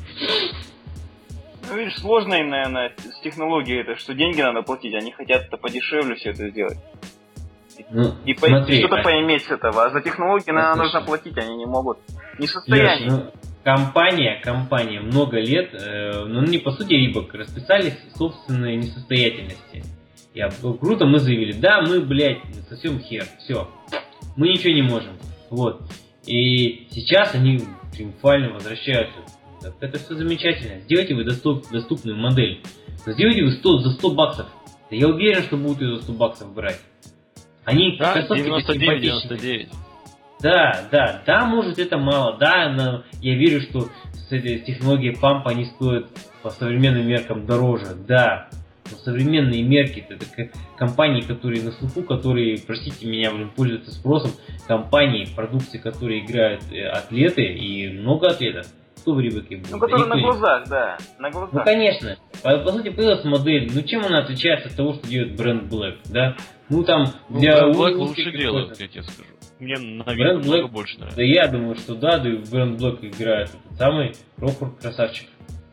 Ну, видишь, сложно им, наверное, с технологией это, что деньги надо платить, они хотят это подешевле все это сделать. Ну, и смотри, что-то а... поиметь с этого. А за технологии, наверное, нужно платить, они не могут. Не в состоянии. Леш, ну, компания, компания много лет, э, ну не по сути Рибок, расписались собственные несостоятельности. Я, круто мы заявили, да, мы, блядь, совсем хер, все. Мы ничего не можем. Вот. И сейчас они триумфально возвращаются. Это все замечательно. Сделайте вы доступ, доступную модель. Сделайте вы сто, за сто баксов. Да я уверен, что будут ее за сто баксов брать. Они да, девяносто девять девяносто девять. Да, да, да, может это мало, да, но я верю, что с этой технологией памп они стоят по современным меркам дороже, да. Но современные мерки, это компании, которые на слуху, которые, простите меня, блин, пользуются спросом, компании, продукции, которые играют атлеты и много атлетов. Кто в Рибаке будет? Ну, которые на глазах, да, на глазах. Ну, конечно. По, по сути, появилась модель. Ну, чем она отличается от того, что делает бренд Black, да? Ну, там, для... Ну, Black лучше делают, я тебе скажу. Мне на вид намного больше нравится. Да я думаю, что да, да и бренд Black играет этот самый Рокфорд красавчик.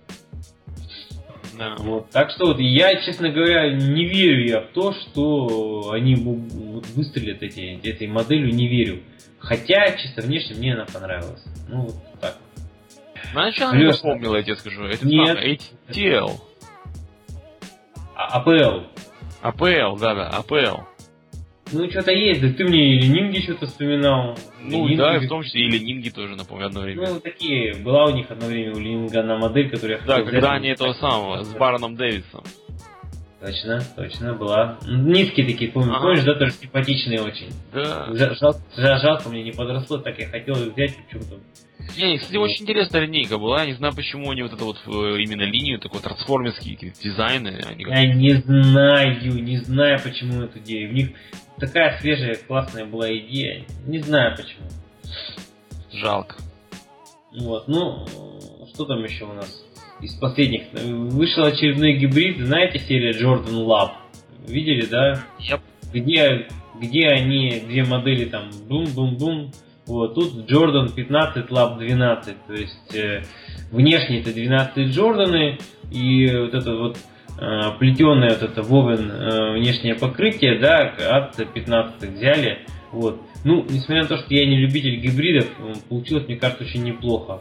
Да. Вот. Так что вот я, честно говоря, не верю я в то, что они вот, выстрелят эти, этой моделью, не верю. Хотя, чисто внешне, мне она понравилась. Ну, вот так. Знаешь, что она напомнила, я тебе скажу? Это Нет. самое, эй ти эл. А, АПЛ. АПЛ, да-да, АПЛ. Ну, что-то есть, да ты мне или Нинги что-то вспоминал. Ну, Нинги, да, и в том числе и Нинги тоже, напомню, одно время. Ну, такие, была у них одно время у Нинга на модель, которую я да, хотел когда взять. они этого самого, с Бароном Дэвидсом. Точно, точно, была. Низкие такие, помню, ага. Помнишь, да, тоже симпатичные очень. Да. Жалко, жалко, мне не подросло, так я хотел их взять, почему-то. Не, кстати, очень интересная линейка была. Я не знаю, почему они вот эту вот именно линию, такой трансформерские дизайны. Они я не знаю, не знаю, почему эту идею. У них такая свежая, классная была идея. Не знаю почему. Жалко. Вот, ну, что там еще у нас? Из последних. Вышел очередной гибрид, знаете, серия Jordan Lab? Видели, да? Yep. Где, где они, две модели там, бум-бум-бум. Вот, тут Jordan пятнадцать, Lab двенадцать, то есть э, внешне это двенадцатые Джорданы, и вот это вот э, плетеное вот это вовен э, внешнее покрытие, да, от пятнадцатых взяли, вот. Ну, несмотря на то, что я не любитель гибридов, получилось, мне кажется, очень неплохо.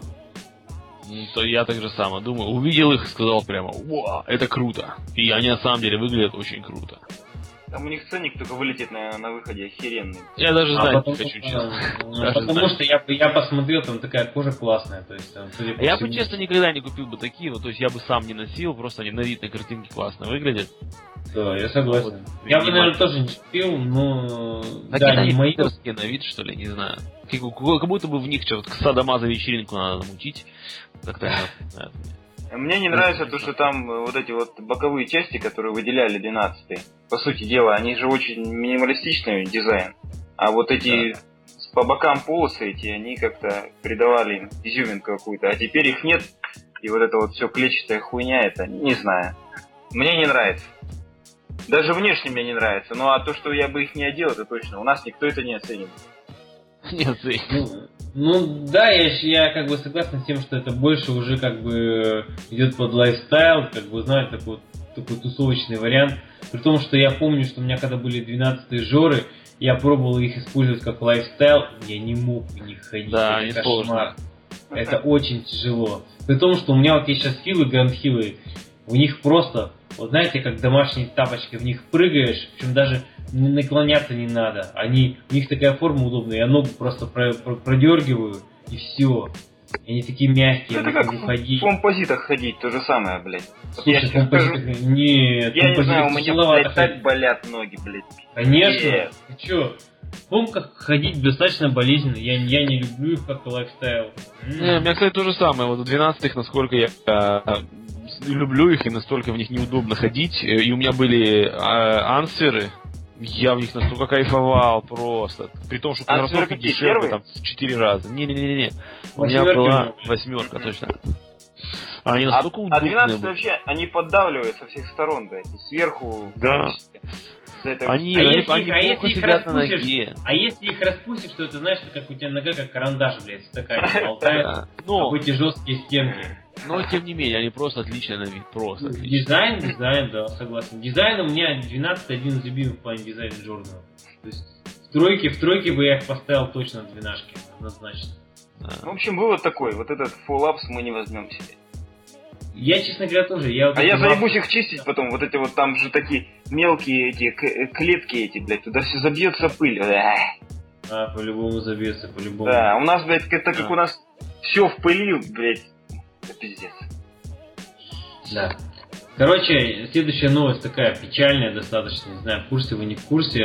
То я так же самое думаю. Увидел их и сказал прямо, вау, это круто. И они на самом деле выглядят очень круто. Там у них ценник только вылетит на, на выходе охеренный. Я даже знать а потому, не хочу, честно. А потому знать. Что я, я посмотрел, там такая кожа классная. То есть, там, по я бы, честно, никогда не купил бы такие, ну, то есть я бы сам не носил, просто они на вид на картинке классно выглядят. Да, я согласен. Вот, я бы, наверное, тоже не купил, но... Так да, не мои. На вид, что ли, не знаю. Как, как будто бы в них что-то к садомаза вечеринку надо намутить. Как-то не Мне не нравится то, что там вот эти вот боковые части, которые выделяли двенадцатые. По сути дела, они же очень минималистичный дизайн. А вот эти да. по бокам полосы эти, они как-то придавали им изюминку какую-то. А теперь их нет. И вот это вот все клетчатая хуйня, это не знаю. Мне не нравится. Даже внешне мне не нравится. Ну а то, что я бы их не одел, это точно. У нас никто это не оценит. Не оценит. Ну, ну да, я, я как бы согласен с тем, что это больше уже как бы идет под лайфстайл, как бы, знаете, такой, такой тусовочный вариант. При том, что я помню, что у меня когда были двенадцатые Жоры, я пробовал их использовать как лайфстайл, я не мог в них ходить. Да, это не кошмар. Сложно. Это очень тяжело. При том, что у меня вот есть сейчас хилы, гранд-хилы, у них просто, вот знаете, как домашние тапочки, в них прыгаешь, причем даже наклоняться не надо. Они, у них такая форма удобная, я ногу просто про, про, продергиваю, и все. И они такие мягкие, это я как ходить. В композитах ходить, то же самое, блядь. Слушай, я композитах... скажу... Нет, я не знаю, у меня, блядь, так болят ноги, блядь. Конечно, Нет. Ты чё? В комках ходить достаточно болезненно, я, я не люблю их как лайфстайл. Не, у меня, кстати, то же самое, вот в двенадцатых, насколько я а, люблю их, и настолько в них неудобно ходить, и у меня были а, ансверы, я в них настолько кайфовал просто. При том, что кроссовки дешевле там в четыре раза. Не-не-не-не. У меня была восьмерка, точно. Они настолько а, удобные. А двенадцать вообще, они поддавливают со всех сторон, блядь. И сверху. Да. Это... Они, а они, если, они а если их сидят на ноге. А если их распустишь, то это знаешь, как у тебя нога как карандаш, блядь, такая болтает. Ну, эти жесткие стенки. Но тем не менее, они просто отличные на вид. Просто отличные. Дизайн, дизайн, да, согласен. Дизайн у меня двенадцать один из любимых в плане дизайна Джордана. То есть в тройке, в тройке бы я их поставил точно в двенашке, однозначно. Да. В общем, вывод такой, вот этот фоллапс мы не возьмем себе. Я, честно говоря, тоже. Я вот а я заебусь их чистить потом, вот эти вот там же такие мелкие эти клетки эти, блядь, туда все забьется пыль. А, по-любому забьется, по-любому. Да, у нас, блядь, так как а. у нас все в пыли, блядь, это пиздец. Да. Короче, следующая новость такая печальная достаточно, не знаю, в курсе вы не в курсе.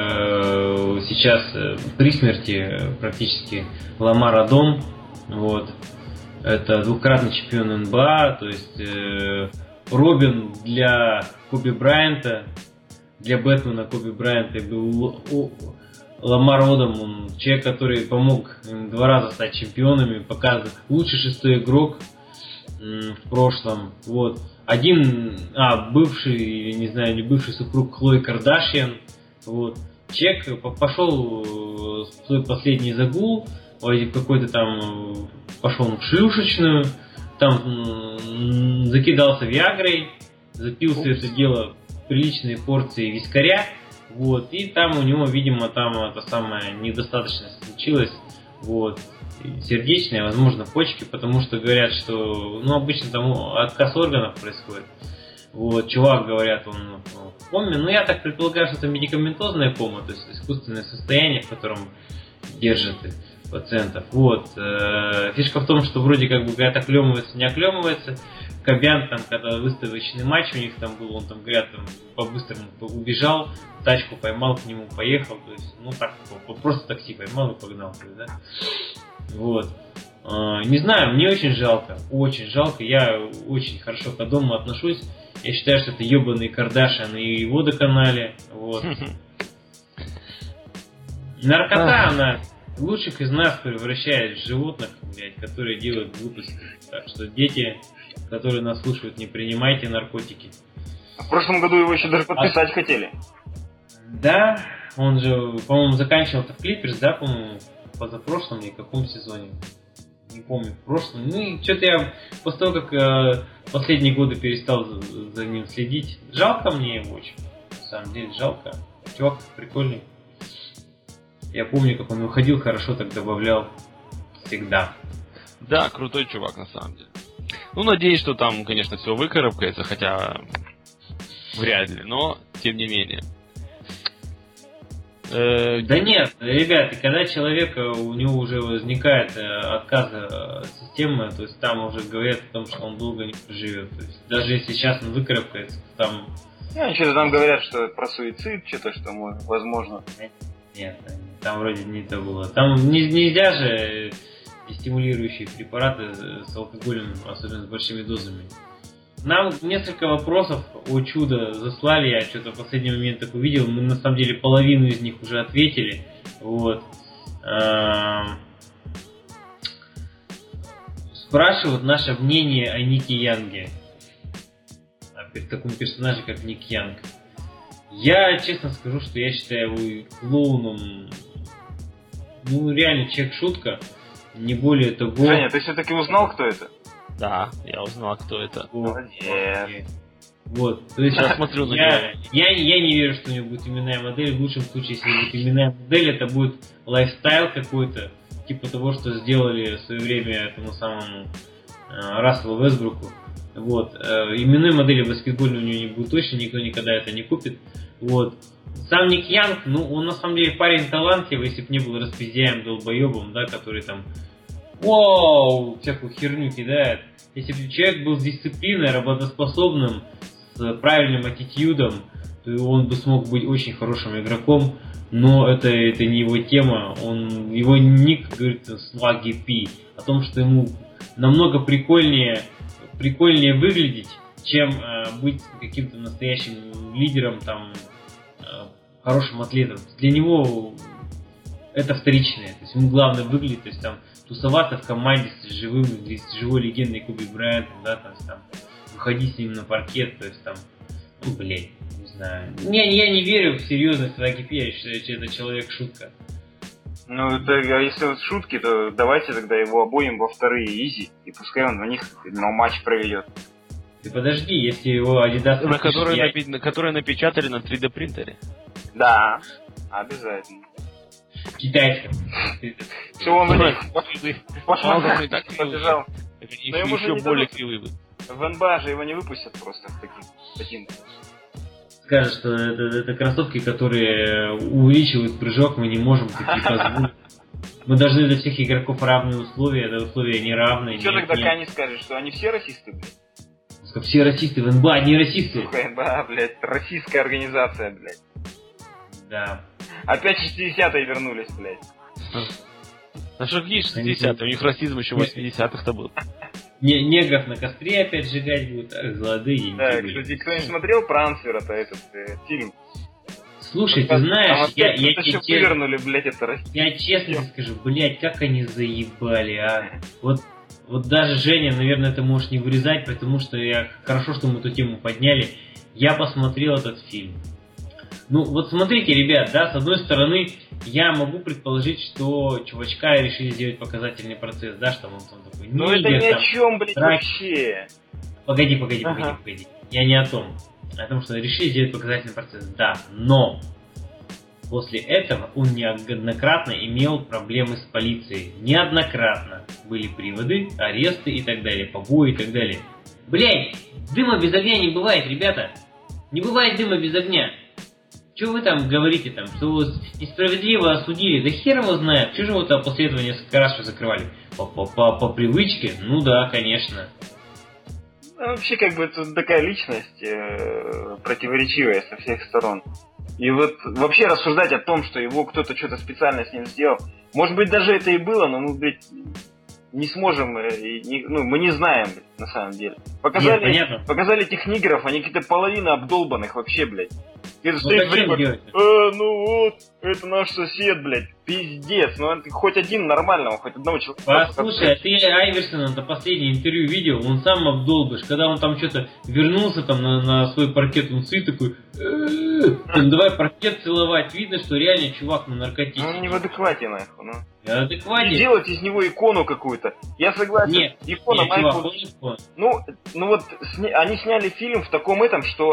Сейчас при смерти практически Ламар Одом, вот. Это двукратный чемпион эн бэ а, то есть э, Робин для Коби Брайанта, для Бэтмена Коби Брайанта был о, Ламар Одом, он человек, который помог им два раза стать чемпионами, показывает лучший шестой игрок м, в прошлом. Вот. Один, а, бывший, не знаю, не бывший супруг Хлои Кардашьян, вот. Человек пошел в свой последний загул, какой-то там пошел в шлюшечную, там закидался виагрой, запил все это дело приличные порции вискаря, вот, и там у него, видимо, там это самое недостаточность случилась, вот, сердечная, возможно, почки, потому что говорят, что, ну, обычно там отказ органов происходит. Вот, чувак, говорят, он в коме, но я так предполагаю, что это медикаментозная кома, то есть искусственное состояние, в котором держит пациентов. Вот. Фишка в том, что вроде как бы говорят, оклемывается, не оклемывается. Кобян там, когда выставочный матч у них там был, он там, говорят, там по-быстрому убежал, тачку поймал, к нему поехал, то есть, ну так, просто такси поймал и погнал, да. Вот. Не знаю, мне очень жалко, очень жалко, я очень хорошо к дому отношусь. Я считаю, что это ебаный Кардашьян и его доконали. Вот. Наркота, она лучших из нас превращает в животных, блядь, которые делают глупости. Так что, дети, которые нас слушают, не принимайте наркотики. В прошлом году его еще даже подписать а... хотели. Да, он же, по-моему, заканчивал-то в Клиперс, да, по-моему, позапрошлом или в каком сезоне. Не помню, в прошлом. Ну и что-то я после того, как э, последние годы перестал за, за ним следить. Жалко мне его очень. На самом деле, жалко. Чувак прикольный. Я помню, как он выходил, хорошо так добавлял. Всегда. Да, крутой чувак, на самом деле. Ну, надеюсь, что там, конечно, все выкарабкается, хотя вряд ли, но тем не менее. Да нет, ребята, когда человека, у него уже возникает отказ от системы, то есть там уже говорят о том, что он долго не проживет. То есть даже если сейчас он выкарабкается, там... Ну, что-то там говорят, что про суицид, что-то, что возможно. Нет, там вроде не это было. Там нельзя же стимулирующие препараты с алкоголем, особенно с большими дозами. Нам несколько вопросов, о чудо, заслали, я что-то в последний момент так увидел, мы на самом деле половину из них уже ответили, вот. Спрашивают наше мнение о Нике Янге, о таком персонаже, как Ник Янг. Я честно скажу, что я считаю его клоуном, ну реально человек-шутка, не более того. Женя, ты все-таки узнал, кто это? Да, я узнал, кто это. Молодец. Вот. То есть я смотрю на я, я, я не верю, что у него будет именная модель. В лучшем случае, если будет именная модель, это будет лайфстайл какой-то. типа того, что сделали в свое время этому самому э, Расселу Вестбруку. Вот. Э, именной модели баскетбольной у него не будет точно, никто никогда это не купит. Вот. Сам Ник Янг, ну, он на самом деле парень талантливый, если бы не был распиздяем, долбоебом, да, который там, вау, всякую херню кидает. Если бы человек был с дисциплиной, работоспособным, с правильным аттитюдом, то он бы смог быть очень хорошим игроком, но это, это не его тема. Он, его ник говорит Sluggy P, о том, что ему намного прикольнее, прикольнее выглядеть, чем э, быть каким-то настоящим лидером, там, э, хорошим атлетом. Для него это вторичное. То есть ему главное выглядеть, то есть там тусоваться в команде с живым, с живой легендой Коби Брайантом, да, там, там выходить с ним на паркет, то есть там, ну, блядь, не знаю. Не, я не верю в серьезность Sluggy P, я считаю, что это человек-шутка. Ну, да, если вот шутки, то давайте тогда его обоим во вторые изи, и пускай он на них ну, матч проведет. Ты подожди, если его Adidas... На которые, я... напи... на которые напечатали на три дэ принтере. Да, обязательно. Китайском. Что он на них побежал. Но ему еще более кривые. В эн бэ а же его не выпустят просто в таких ботинках. Скажет, что это, это кроссовки, которые увеличивают прыжок, мы не можем такие позволить. Мы должны для всех игроков равные условия, это условия неравные. Что тогда Кани скажет, что они все расисты, блядь? Все расисты, в эн бэ а не расисты. Сука, эн бэ а, блядь, российская организация, блядь. Да. Опять шестидесятые вернулись, блядь. А что какие шестидесятые? У них расизм еще в восьмидесятых-то был. Не, негров на костре опять сжигать будут, ах, золотые. Да, кстати, кто не смотрел Прансфера-то этот э, фильм? Слушай, ты знаешь, я, я, я, еще вывернули, блядь, это Россия. Я честно скажу, блядь, как они заебали, а. Вот, вот даже Женя, наверное, это можешь не вырезать, потому что я хорошо, что мы эту тему подняли. Я посмотрел этот фильм. Ну, вот смотрите, ребят, да, с одной стороны, я могу предположить, что чувачка решили сделать показательный процесс, да, что он там такой... Ну, это ни о чем, блядь, драки. Вообще. Погоди, погоди, ага. погоди, погоди. Я не о том. О том, что решили сделать показательный процесс, да, но после этого он неоднократно имел проблемы с полицией. Неоднократно были приводы, аресты и так далее, побои и так далее. Блядь, дыма без огня не бывает, ребята. Не бывает дыма без огня. Что вы там говорите, там, что вы несправедливо осудили? Да хер его знает. Чего же вы там после этого несколько раз закрывали? По, по, по, по привычке? Ну да, конечно. Ну, вообще, как бы, тут такая личность э, противоречивая со всех сторон. И вот вообще рассуждать о том, что его кто-то что-то специально с ним сделал, может быть, даже это и было, но мы, блядь, не сможем, и не, ну, мы не знаем, на самом деле. Показали, Нет, показали этих нигеров, они какие-то половина обдолбанных вообще, блядь. Это ну, стоит время, э, ну вот, это наш сосед, блядь, пиздец. Ну, хоть один нормального, хоть одного человека. Послушай, а ты Айверсона на последнее интервью видел, он сам обдолбыш. Когда он там что-то вернулся там на, на свой паркет, он сидит такой, там, давай паркет целовать. Видно, что реально чувак на наркотике. Ну, он не в адеквате, нахуй, ну. Адеквате. И делать из него икону какую-то. Я согласен. Нет, икона нет, Майкл... чувак, икона. Ну, ну вот, сня... они сняли фильм в таком этом, что...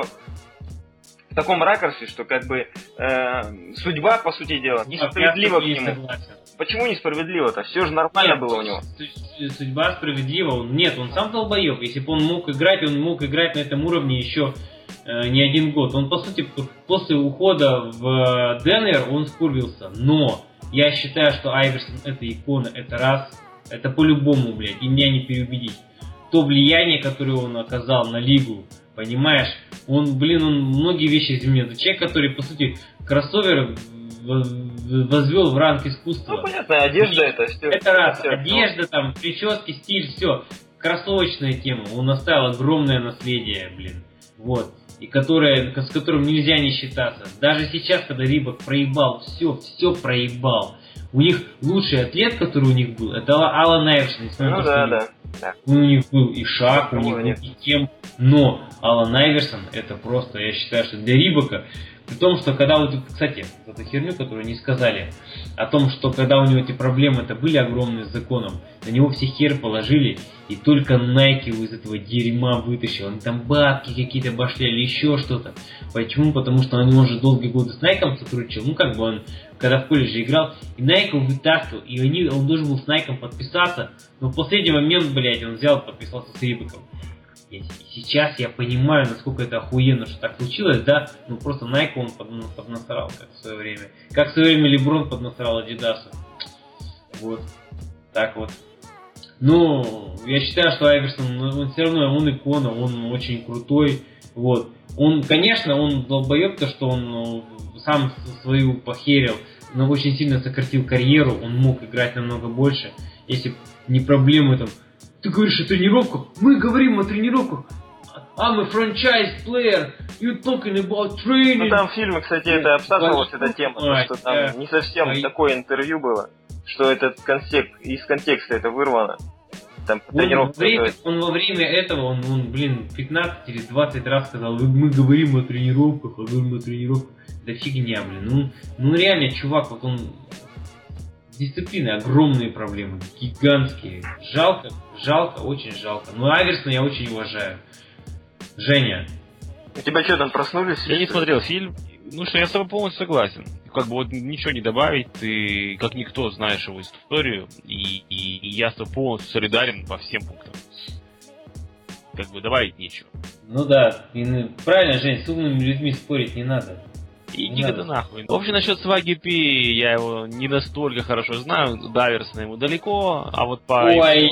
В таком ракурсе, что как бы э, судьба, по сути дела, несправедлива к нему. Согласен. Почему несправедливо-то? Все же нормально Нет, было у него. Судьба справедлива. Нет, он сам долбоеб. Если бы он мог играть, он мог играть на этом уровне еще э, не один год. Он, по сути, после ухода в Денвер, он скурвился. Но я считаю, что Айверсон это икона, это раз. Это по-любому, блядь, и меня не переубедить. То влияние, которое он оказал на лигу, понимаешь, он, блин, он многие вещи изменил. Это человек, который, по сути, кроссовер возвел в ранг искусства. Ну, понятно, одежда и это все. Это раз, все, одежда, все. Там, прически, стиль, все. Кроссовочная тема. Он оставил огромное наследие, блин. Вот. И которое, с которым нельзя не считаться. Даже сейчас, когда Рибок проебал, все, все проебал. У них лучший атлет, который у них был, это Алан Айверсон. Ну да, да. Да. У них был и шаг, у них был и тем. Но Алан Айверсон это просто, я считаю, что для Рибока, при том, что когда вот, кстати, эту херню, которую не сказали, о том, что когда у него эти проблемы это были огромные с законом, на него все хер положили, и только Nike его из этого дерьма вытащил. Он там бабки какие-то башляли, еще что-то. Почему? Потому что он уже долгие годы с Nike сотрудничал, ну как бы он, когда в колледже играл, и Nike его вытаскивал, и они, он должен был с Nike подписаться, но в последний момент, блядь, он взял и подписался с Рибоком. И сейчас я понимаю, насколько это охуенно, что так случилось, да, ну просто Nike он под, ну, поднасрал, как в свое время. Как в свое время Леброн поднасрал Адидасу. Вот. Так вот. Ну, я считаю, что Айверсон, он все равно, он икона, он очень крутой. Вот. Он, конечно, он долбоеб, то, что он ну, сам свою похерил, но очень сильно сократил карьеру, он мог играть намного больше, если бы не проблемы там. Ты говоришь о тренировках? Мы говорим о тренировках. I'm a franchise player. You talking about training. Ну там в фильме, кстати, это обсасывалась эта тема, то, что там yeah. не совсем yeah. такое интервью было, что этот контекст, из контекста это вырвано. Там он, во время, он во время этого, он, он, блин, пятнадцать или двадцать раз сказал, мы говорим о тренировках, мы говорим о тренировках. Да фигня, блин. Ну, ну реально, чувак, вот он... Дисциплины огромные проблемы, гигантские. Жалко, жалко, очень жалко. Но Айверсона я очень уважаю. Женя. У тебя что там проснулись? Я не смотрел фильм. Ну что, я с тобой полностью согласен. Как бы вот ничего не добавить, ты как никто знаешь его историю, и, и, и я с тобой полностью солидарен по всем пунктам. Как бы добавить нечего. Ну да, и, правильно, Жень, с умными людьми спорить не надо. Иди ты нахуй. В общем, насчет Swaggy P я его не настолько хорошо знаю, Даверсона ему далеко, а вот по... Ой,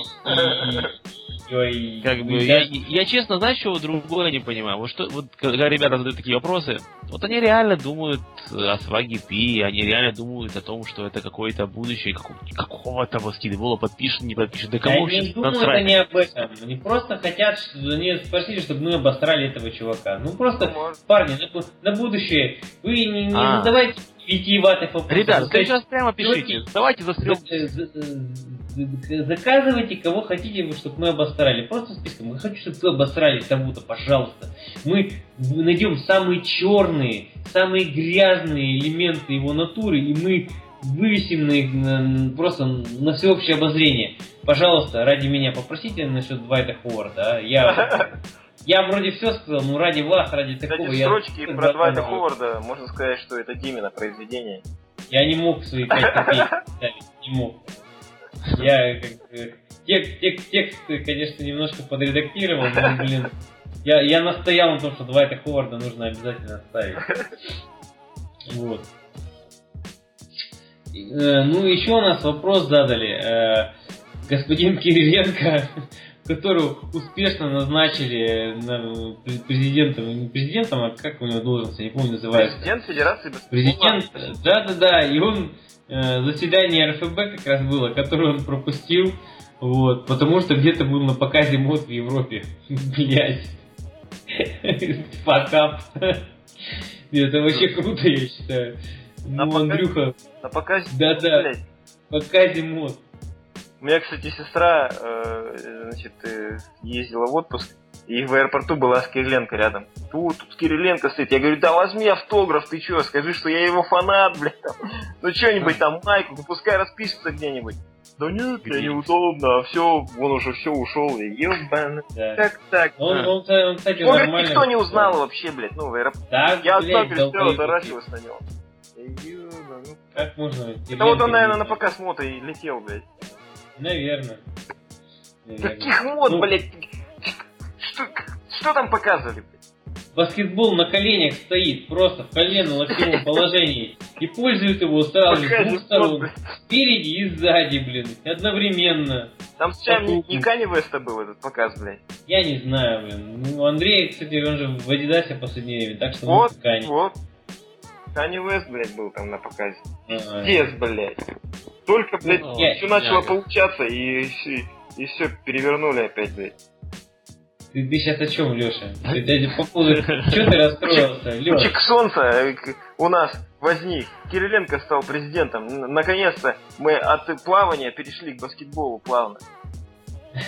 ой, как бы, я, я честно, знаешь, чего другое не понимаю? Вот, что, вот когда ребята задают такие вопросы, вот они реально думают о Swaggy P, они реально думают о том, что это какое-то будущее какого-то баскетбола, подпишет, не подпишет, да кому да не думают они об этом, они просто хотят, они спросили, чтобы мы обосрали этого чувака. Ну просто, Может. парни, на, на будущее, вы не, не а. задавайте витиеватых вопросов. Ребята, вы сейчас прямо пишите, давайте застрелим. Заказывайте, кого хотите, чтобы мы обосрали. Просто списком. Мы хочу, чтобы вы обосрали кого-то, пожалуйста. Мы найдем самые черные, самые грязные элементы его натуры, и мы вывесим на их на, просто на всеобщее обозрение. Пожалуйста, ради меня попросите насчет Двайта Ховарда. А? Я, я вроде все сказал, но ради вас, ради такого... Кстати, я строчки про Двайта Ховарда, можно сказать, что это Димина произведение. Я не мог свои пять копеек ставить, не мог. Я как бы, текст, текст, текст, конечно, немножко подредактировал, но, блин, я, я настоял на том, что Двайта Ховарда нужно обязательно ставить. Вот. Э, ну, еще у нас вопрос задали. Э, господин Кириленко, которого успешно назначили на президентом, не президентом, а как у него должность, я не помню, называется. Президент Федерации баскетбола. Президент, да-да-да, и он... заседание эр эф бэ как раз было, которое он пропустил, вот, потому что где-то был на показе мод в Европе. Блять. Факап. Это вообще круто, я считаю. Ну, Андрюха... На показе? Да-да. Показе мод. У меня, кстати, сестра, э, значит, ездила в отпуск, и в аэропорту была с Кириленко рядом. Тут, тут Кириленко стоит. Я говорю, да возьми автограф, ты чё, скажи, что я его фанат, блядь. Там. Ну что-нибудь там, майку, пускай распишется где-нибудь. Да нет, мне неудобно, а все, он уже все ушел. И ебаный. Да. Как так? Он, он, он, он, кстати, он говорит, никто не узнал вообще, блядь, ну в аэропорту. Да, я одна перестала таращилась на него. Ебаный, ну... Как можно? Это вот он, наверное, на показ мод и летел, блядь. Наверное. Наверное. Каких мод, ну... блядь? Что, что там показывали, блядь? Баскетбол на коленях стоит, просто в колено-локтевом положении. И пользуют его сразу с двух сторон. Спереди и сзади, блин. Одновременно. Там сейчас не, не Канье Веста был этот показ, блядь. Я не знаю, блин. Ну, Андрей, кстати, он же в Адидасе в последнее время, так что вот, ну, Канье. Вот, Канье Вест, блядь, был там на показе. Пиздец, блядь. Только, блядь, ну, все начало я... получаться, и, и, и все перевернули опять, блядь. Ты, ты сейчас о чем, Леша? Ты, ты, по поводу... Чего ты расстроился, Леша? Чик солнца у нас возник. Кириленко стал президентом. Наконец-то мы от плавания перешли к баскетболу плавно.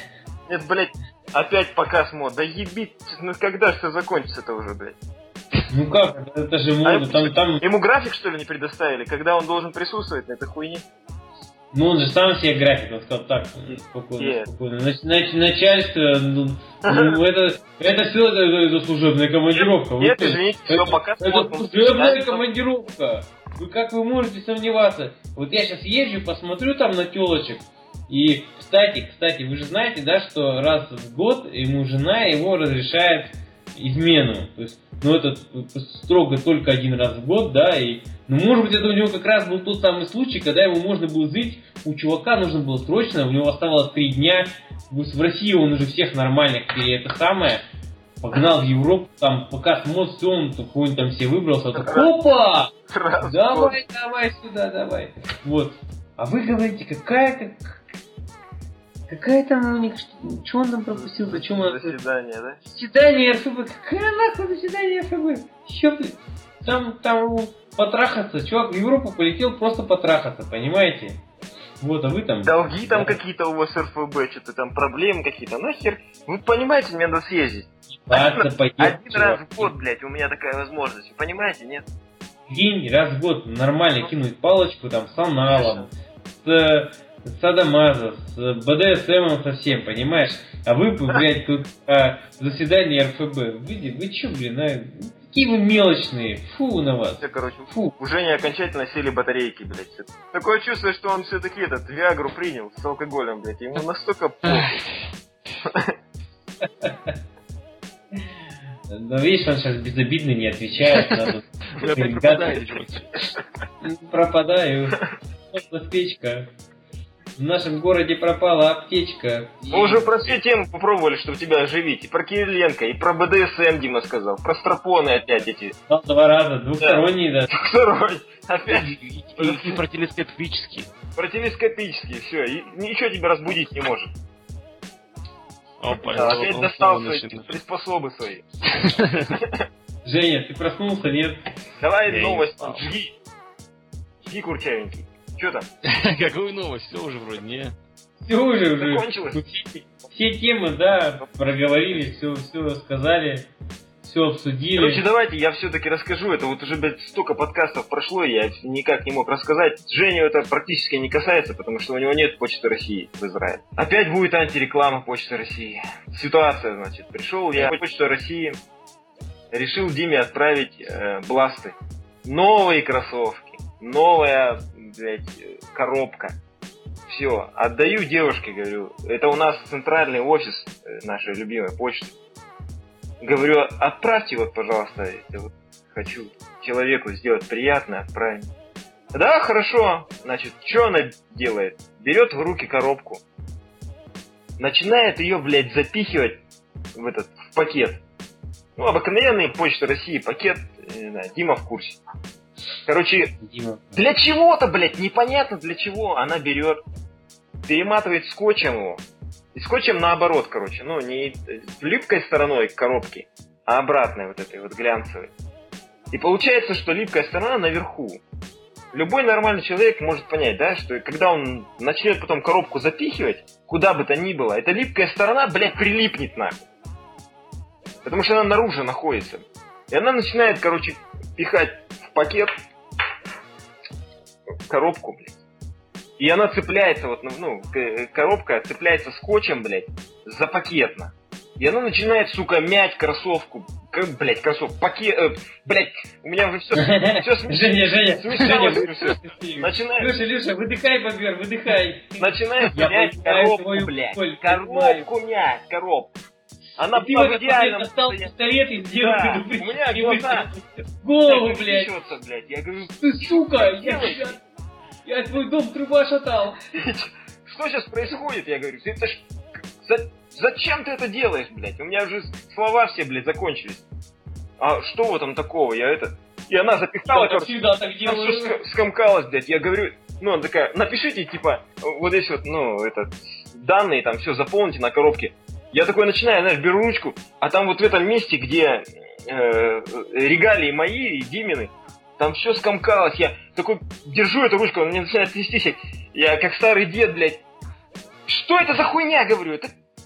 Нет, блядь, опять показ мод. Да ебить, ну когда же это закончится-то уже, блядь? Ну как, это же мода, а там, там... Ему график, что ли, не предоставили, когда он должен присутствовать на этой хуйне? Ну он же сам себе график, он сказал так, спокойно, yeah. спокойно. Нач, нач, начальство, ну, ну это, это все это, это служебная командировка. Нет, вы, извините, это, все, пока это служебная командировка. Вы как вы можете сомневаться? Вот я сейчас езжу, посмотрю там на телочек. И, кстати, кстати, вы же знаете, да, что раз в год ему жена его разрешает измену. То есть, ну это строго только один раз в год, да, и, ну может быть это у него как раз был тот самый случай, когда его можно было зыть, у чувака нужно было срочно, у него оставалось три дня, в России он уже всех нормальных, и это самое, погнал в Европу, там пока мод, все, он какой-нибудь там себе выбрался, так, опа! Давай, давай сюда, давай. Вот. А вы говорите, какая как... Какая там у них... Что он там пропустил? Зачем он... Заседание, да? Заседание РФБ. Какая нахуй заседание РФБ? Чё ты... Там, там потрахаться. Чувак в Европу полетел просто потрахаться, понимаете? Вот, а вы там... Долги там да. какие-то у вас РФБ, что-то там проблемы какие-то. Нахер? Вы понимаете, мне надо съездить. Ладно, пойдет, Один чувак. Раз в год, блядь, у меня такая возможность. Вы понимаете, нет? День, раз в год нормально кинуть палочку там с аналом, с... Садомаза, с БДСМом совсем, понимаешь? А вы, блядь, тут а, заседание РФБ. Вы, вы чё, блин, а? Какие вы мелочные. Фу на вас. Все, короче, фу. Уже не окончательно сели батарейки, блядь. Такое чувство, что он все-таки этот Виагру принял с алкоголем, блядь. Ему настолько похуй. Ну, видишь, он сейчас безобидный, не отвечает. Пропадаю. Печка. В нашем городе пропала аптечка. Мы и... уже про все темы попробовали, чтобы тебя оживить. И про Кириленко, и про БДСМ Дима сказал. Про стропоны опять эти. Ну, два раза, двухсторонний, да. да. Двухсторонний. Опять. И, и, и про телескопический. Про телескопический, все. И ничего тебя разбудить не может. Опа, да, это, опять достал свои приспособы свои. Женя, ты проснулся, нет? Давай новость, жги. Жги, курчавенький. Что там? Какую новость? Все уже вроде, не? Все уже, уже. Закончилось? Все, все темы, да, проговорили, все, все сказали, все обсудили. Короче, давайте я все-таки расскажу. Это вот уже, блядь, столько подкастов прошло, я никак не мог рассказать. Женю это практически не касается, потому что у него нет Почты России в Израиле. Опять будет антиреклама Почты России. Ситуация, значит, пришел я в Почту России, решил Диме отправить э, бласты. Новые кроссовки, новая, блядь, коробка. Все, отдаю девушке, говорю, это у нас центральный офис нашей любимой почты. Говорю, отправьте вот, пожалуйста, я вот хочу человеку сделать приятно, отправить. Да, хорошо. Значит, что она делает? Берет в руки коробку, начинает ее, блядь, запихивать в этот, в пакет. Ну, обыкновенный Почта России пакет, не знаю, Дима в курсе. Короче, Дима. Для чего-то, блядь, непонятно для чего она берет, перематывает скотчем его. И скотчем наоборот, короче, ну, не липкой стороной коробки, а обратной вот этой вот глянцевой. И получается, что липкая сторона наверху. Любой нормальный человек может понять, да, что когда он начнет потом коробку запихивать, куда бы то ни было, эта липкая сторона, блядь, прилипнет нахуй. Потому что она наружу находится. И она начинает, короче, пихать в пакет коробку, блядь. И она цепляется, вот, ну, коробка цепляется скотчем, блядь, за пакетно. И она начинает, сука, мять кроссовку. Блядь, кроссовку, пакет, э, блядь, у меня уже все, все смешно. Женя, Женя, Женя, начинает... Люша, Люша, выдыхай, Бобер, выдыхай. Начинает мять коробку, блядь, коробку мять, коробку. Она ты в идеальном достал пистолет и сделал да, у меня глаза голову, блядь. блядь. Я говорю, ты, сука, я, я, я твой дом труба шатал. Что сейчас происходит? Я говорю, ты это ж... За... Зачем ты это делаешь, блядь? У меня уже слова все, блядь, закончились. А что в этом такого? Я это... И она запихала, я всегда так делаю. Все скомкалось, блядь. Я говорю, ну, она такая, напишите, типа, вот здесь вот, ну, это, данные, там, все заполните на коробке. Я такой начинаю, знаешь, беру ручку, а там вот в этом месте, где э, регалии мои и Димины, там все скомкалось. Я такой держу эту ручку, она мне начинает трястись. Я как старый дед, блядь. Что это за хуйня, говорю? Это...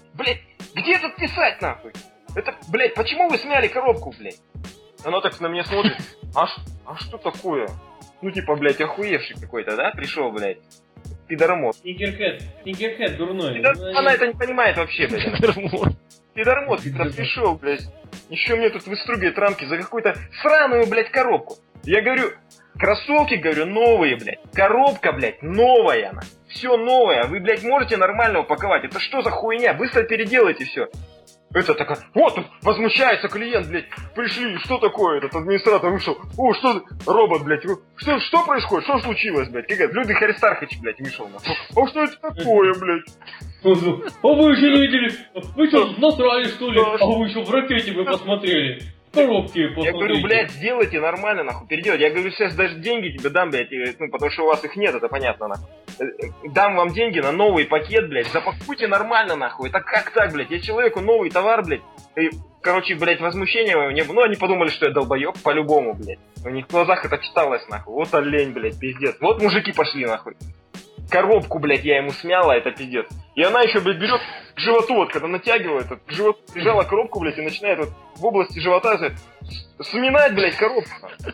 блядь, где тут писать, нахуй? Это, блядь, почему вы сняли коробку, блядь? Она так на меня смотрит, а, а что такое? Ну, типа, блядь, охуевший какой-то, да, пришел, блядь, пидормот. Снигерхед, снигерхед дурной. Пидор... Ну, она это не понимает вообще, блядь. Пидормот. Пидормот, когда пришел, блядь, еще мне тут выстругивает рамки за какую-то сраную, блядь, коробку. Я говорю, кроссовки, говорю, новые, блядь. Коробка, блядь, новая она. Все новое. Вы, блядь, можете нормально упаковать. Это что за хуйня? Быстро переделайте все. Это такая, вот тут возмущается клиент, блядь. Пришли, что такое? Этот администратор вышел. О, что, робот, блядь. Что, что происходит? Что случилось, блядь? Какая-то Людвиг Аристархович, блядь, вышел. А что это такое, блядь? А вы еще не видели? Вы что, насрали, что ли? А вы еще в ракете бы посмотрели. Коробки посмотрите. Я говорю, блядь, сделайте нормально, нахуй, переделать. Я говорю, сейчас даже деньги тебе дам, блядь, ну, потому что у вас их нет, это понятно, нахуй. Дам вам деньги на новый пакет, блядь, запакуйте нормально, нахуй. Это как так, блядь? Я человеку новый товар, блядь. И, короче, блядь, возмущения у меня, ну, они подумали, что я долбоеб, по-любому, блядь. У них в глазах это читалось, нахуй. Вот олень, блядь, пиздец. Вот мужики пошли, нахуй. Коробку, блядь, я ему смяла, это пиздец. И она еще, блядь, берет к животу, вот, когда натягивает, вот, к животу прижала коробку, блядь, и начинает вот в области живота сминать, блядь, коробку.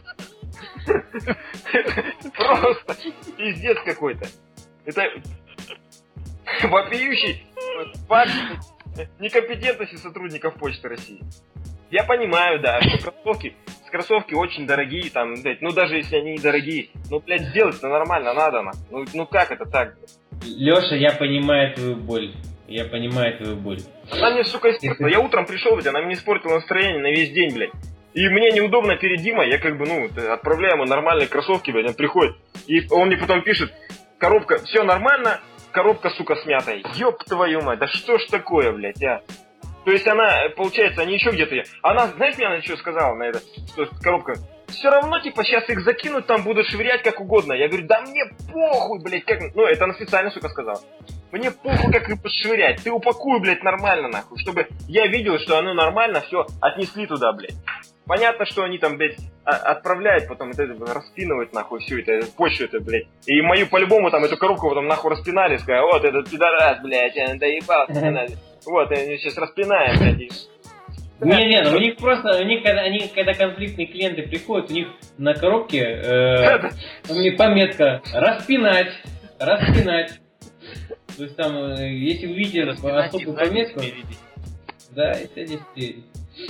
Просто пиздец какой-то. Это вопиющий факт некомпетентности сотрудников Почты России. Я понимаю, да, что кроссовки, кроссовки очень дорогие, там, блядь, ну даже если они недорогие, ну, блядь, сделать-то нормально надо, на. Ну, ну как это так, блядь? Леша, я понимаю твою боль. Я понимаю твою боль. Она мне, сука, испортила. Я утром пришел, блядь, она мне испортила настроение на весь день, блядь. И мне неудобно перед Димой, я как бы, ну, отправляю ему нормальные кроссовки, блядь, он приходит. И он мне потом пишет, коробка, все нормально, коробка, сука, смятая. Ёб твою мать, да что ж такое, блядь, а? То есть она, получается, они еще где-то... Она, знаешь, мне она что сказала на это? Что коробка... Все равно, типа, сейчас их закинут, там будут швырять как угодно. Я говорю, да мне похуй, блядь, как... Ну, это она специально, сука, сказала. Мне похуй, как их швырять. Ты упакуй, блядь, нормально, нахуй. Чтобы я видел, что оно нормально, все, отнесли туда, блядь. Понятно, что они там, блядь, отправляют, потом это, это распинывают, нахуй, всю это, почву это, блядь. И мою, по-любому, там, эту коробку потом, нахуй, распинали, сказали, вот, этот пидорас, блядь, доебался, вот, они сейчас распинаем, блядь. Не-не, ну у них просто, у них, когда, они, когда конфликтные клиенты приходят, у них на коробке э, у них пометка «распинать», «распинать». То есть там, э, если увидите особую пометку, да, это не спереди.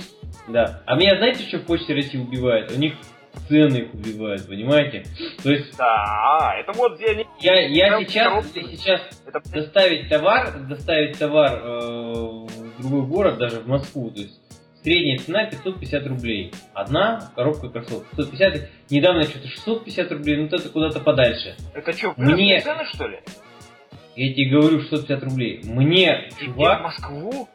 Да. А меня, знаете, что в Почте России убивает? У них цены их убивают, понимаете? То есть... Да, это вот где они... Я, я сейчас, сейчас это... доставить товар, доставить товар э, в другой город, даже в Москву, то есть средняя цена пятьсот пятьдесят рублей. Одна коробка кроссовок. пятьсот пятьдесят, недавно что-то шестьсот пятьдесят рублей, ну это куда-то подальше. Это что, мне цены, что ли? Я тебе говорю, шестьсот пятьдесят рублей. Мне и чувак... в Москву?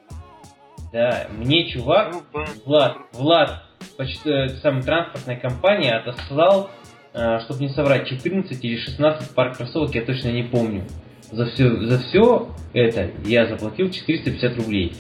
Да, мне чувак, Влад, Влад, почти самая транспортная компания отослал, э, чтобы не соврать, четырнадцать или шестнадцать пар кроссовок, я точно не помню. За все, за все это я заплатил четыреста пятьдесят рублей.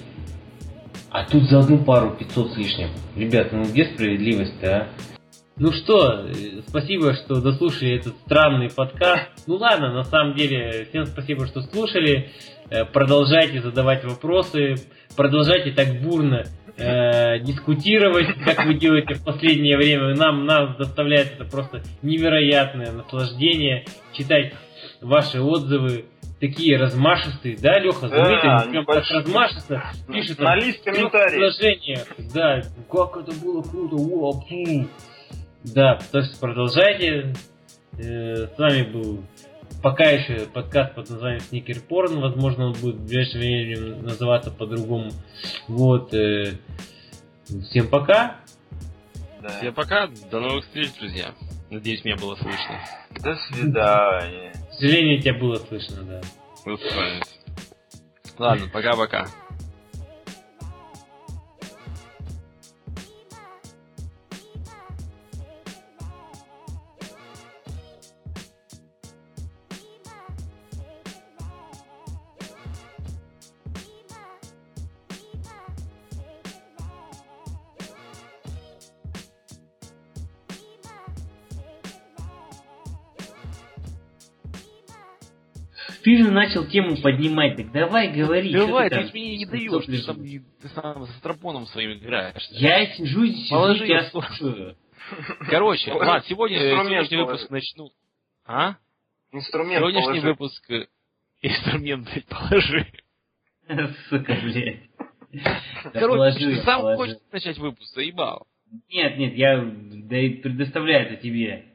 А тут за одну пару пятьсот с лишним. Ребята, ну где справедливость-то, а? Ну что, спасибо, что дослушали этот странный подкаст. Ну ладно, на самом деле, всем спасибо, что слушали. Продолжайте задавать вопросы, продолжайте так бурно э, дискутировать, как вы делаете в последнее время. Нам, нас доставляет это просто невероятное наслаждение читать ваши отзывы. Такие размашистые, да, Леха? Заметили, да, прям так размашисто пишет на лист комментариев. Да, как это было круто, о, фу. Да, то есть продолжайте. Э, с вами был пока еще подкаст под названием Sneaker Porn. Возможно, он будет в ближайшее время называться по-другому. Вот. Э, всем пока. Да. Всем пока. До новых встреч, друзья. Надеюсь, меня было слышно. До свидания. К сожалению, тебя было слышно, да. Ладно, пока-пока. Ты же начал тему поднимать, так давай говори. Давай, ты ведь мне не даешь, ты сам, ты сам с тропоном своим играешь. Я сижу, сижу, Положи тебя слушаю. Короче, ладно, сегодня, сегодняшний выпуск начну. А? Инструмент Сегодняшний положи. выпуск... Инструмент, блядь, положи. Сука, блядь. Короче, ты сам хочешь начать выпуск, заебал. Нет, нет, я предоставляю это тебе.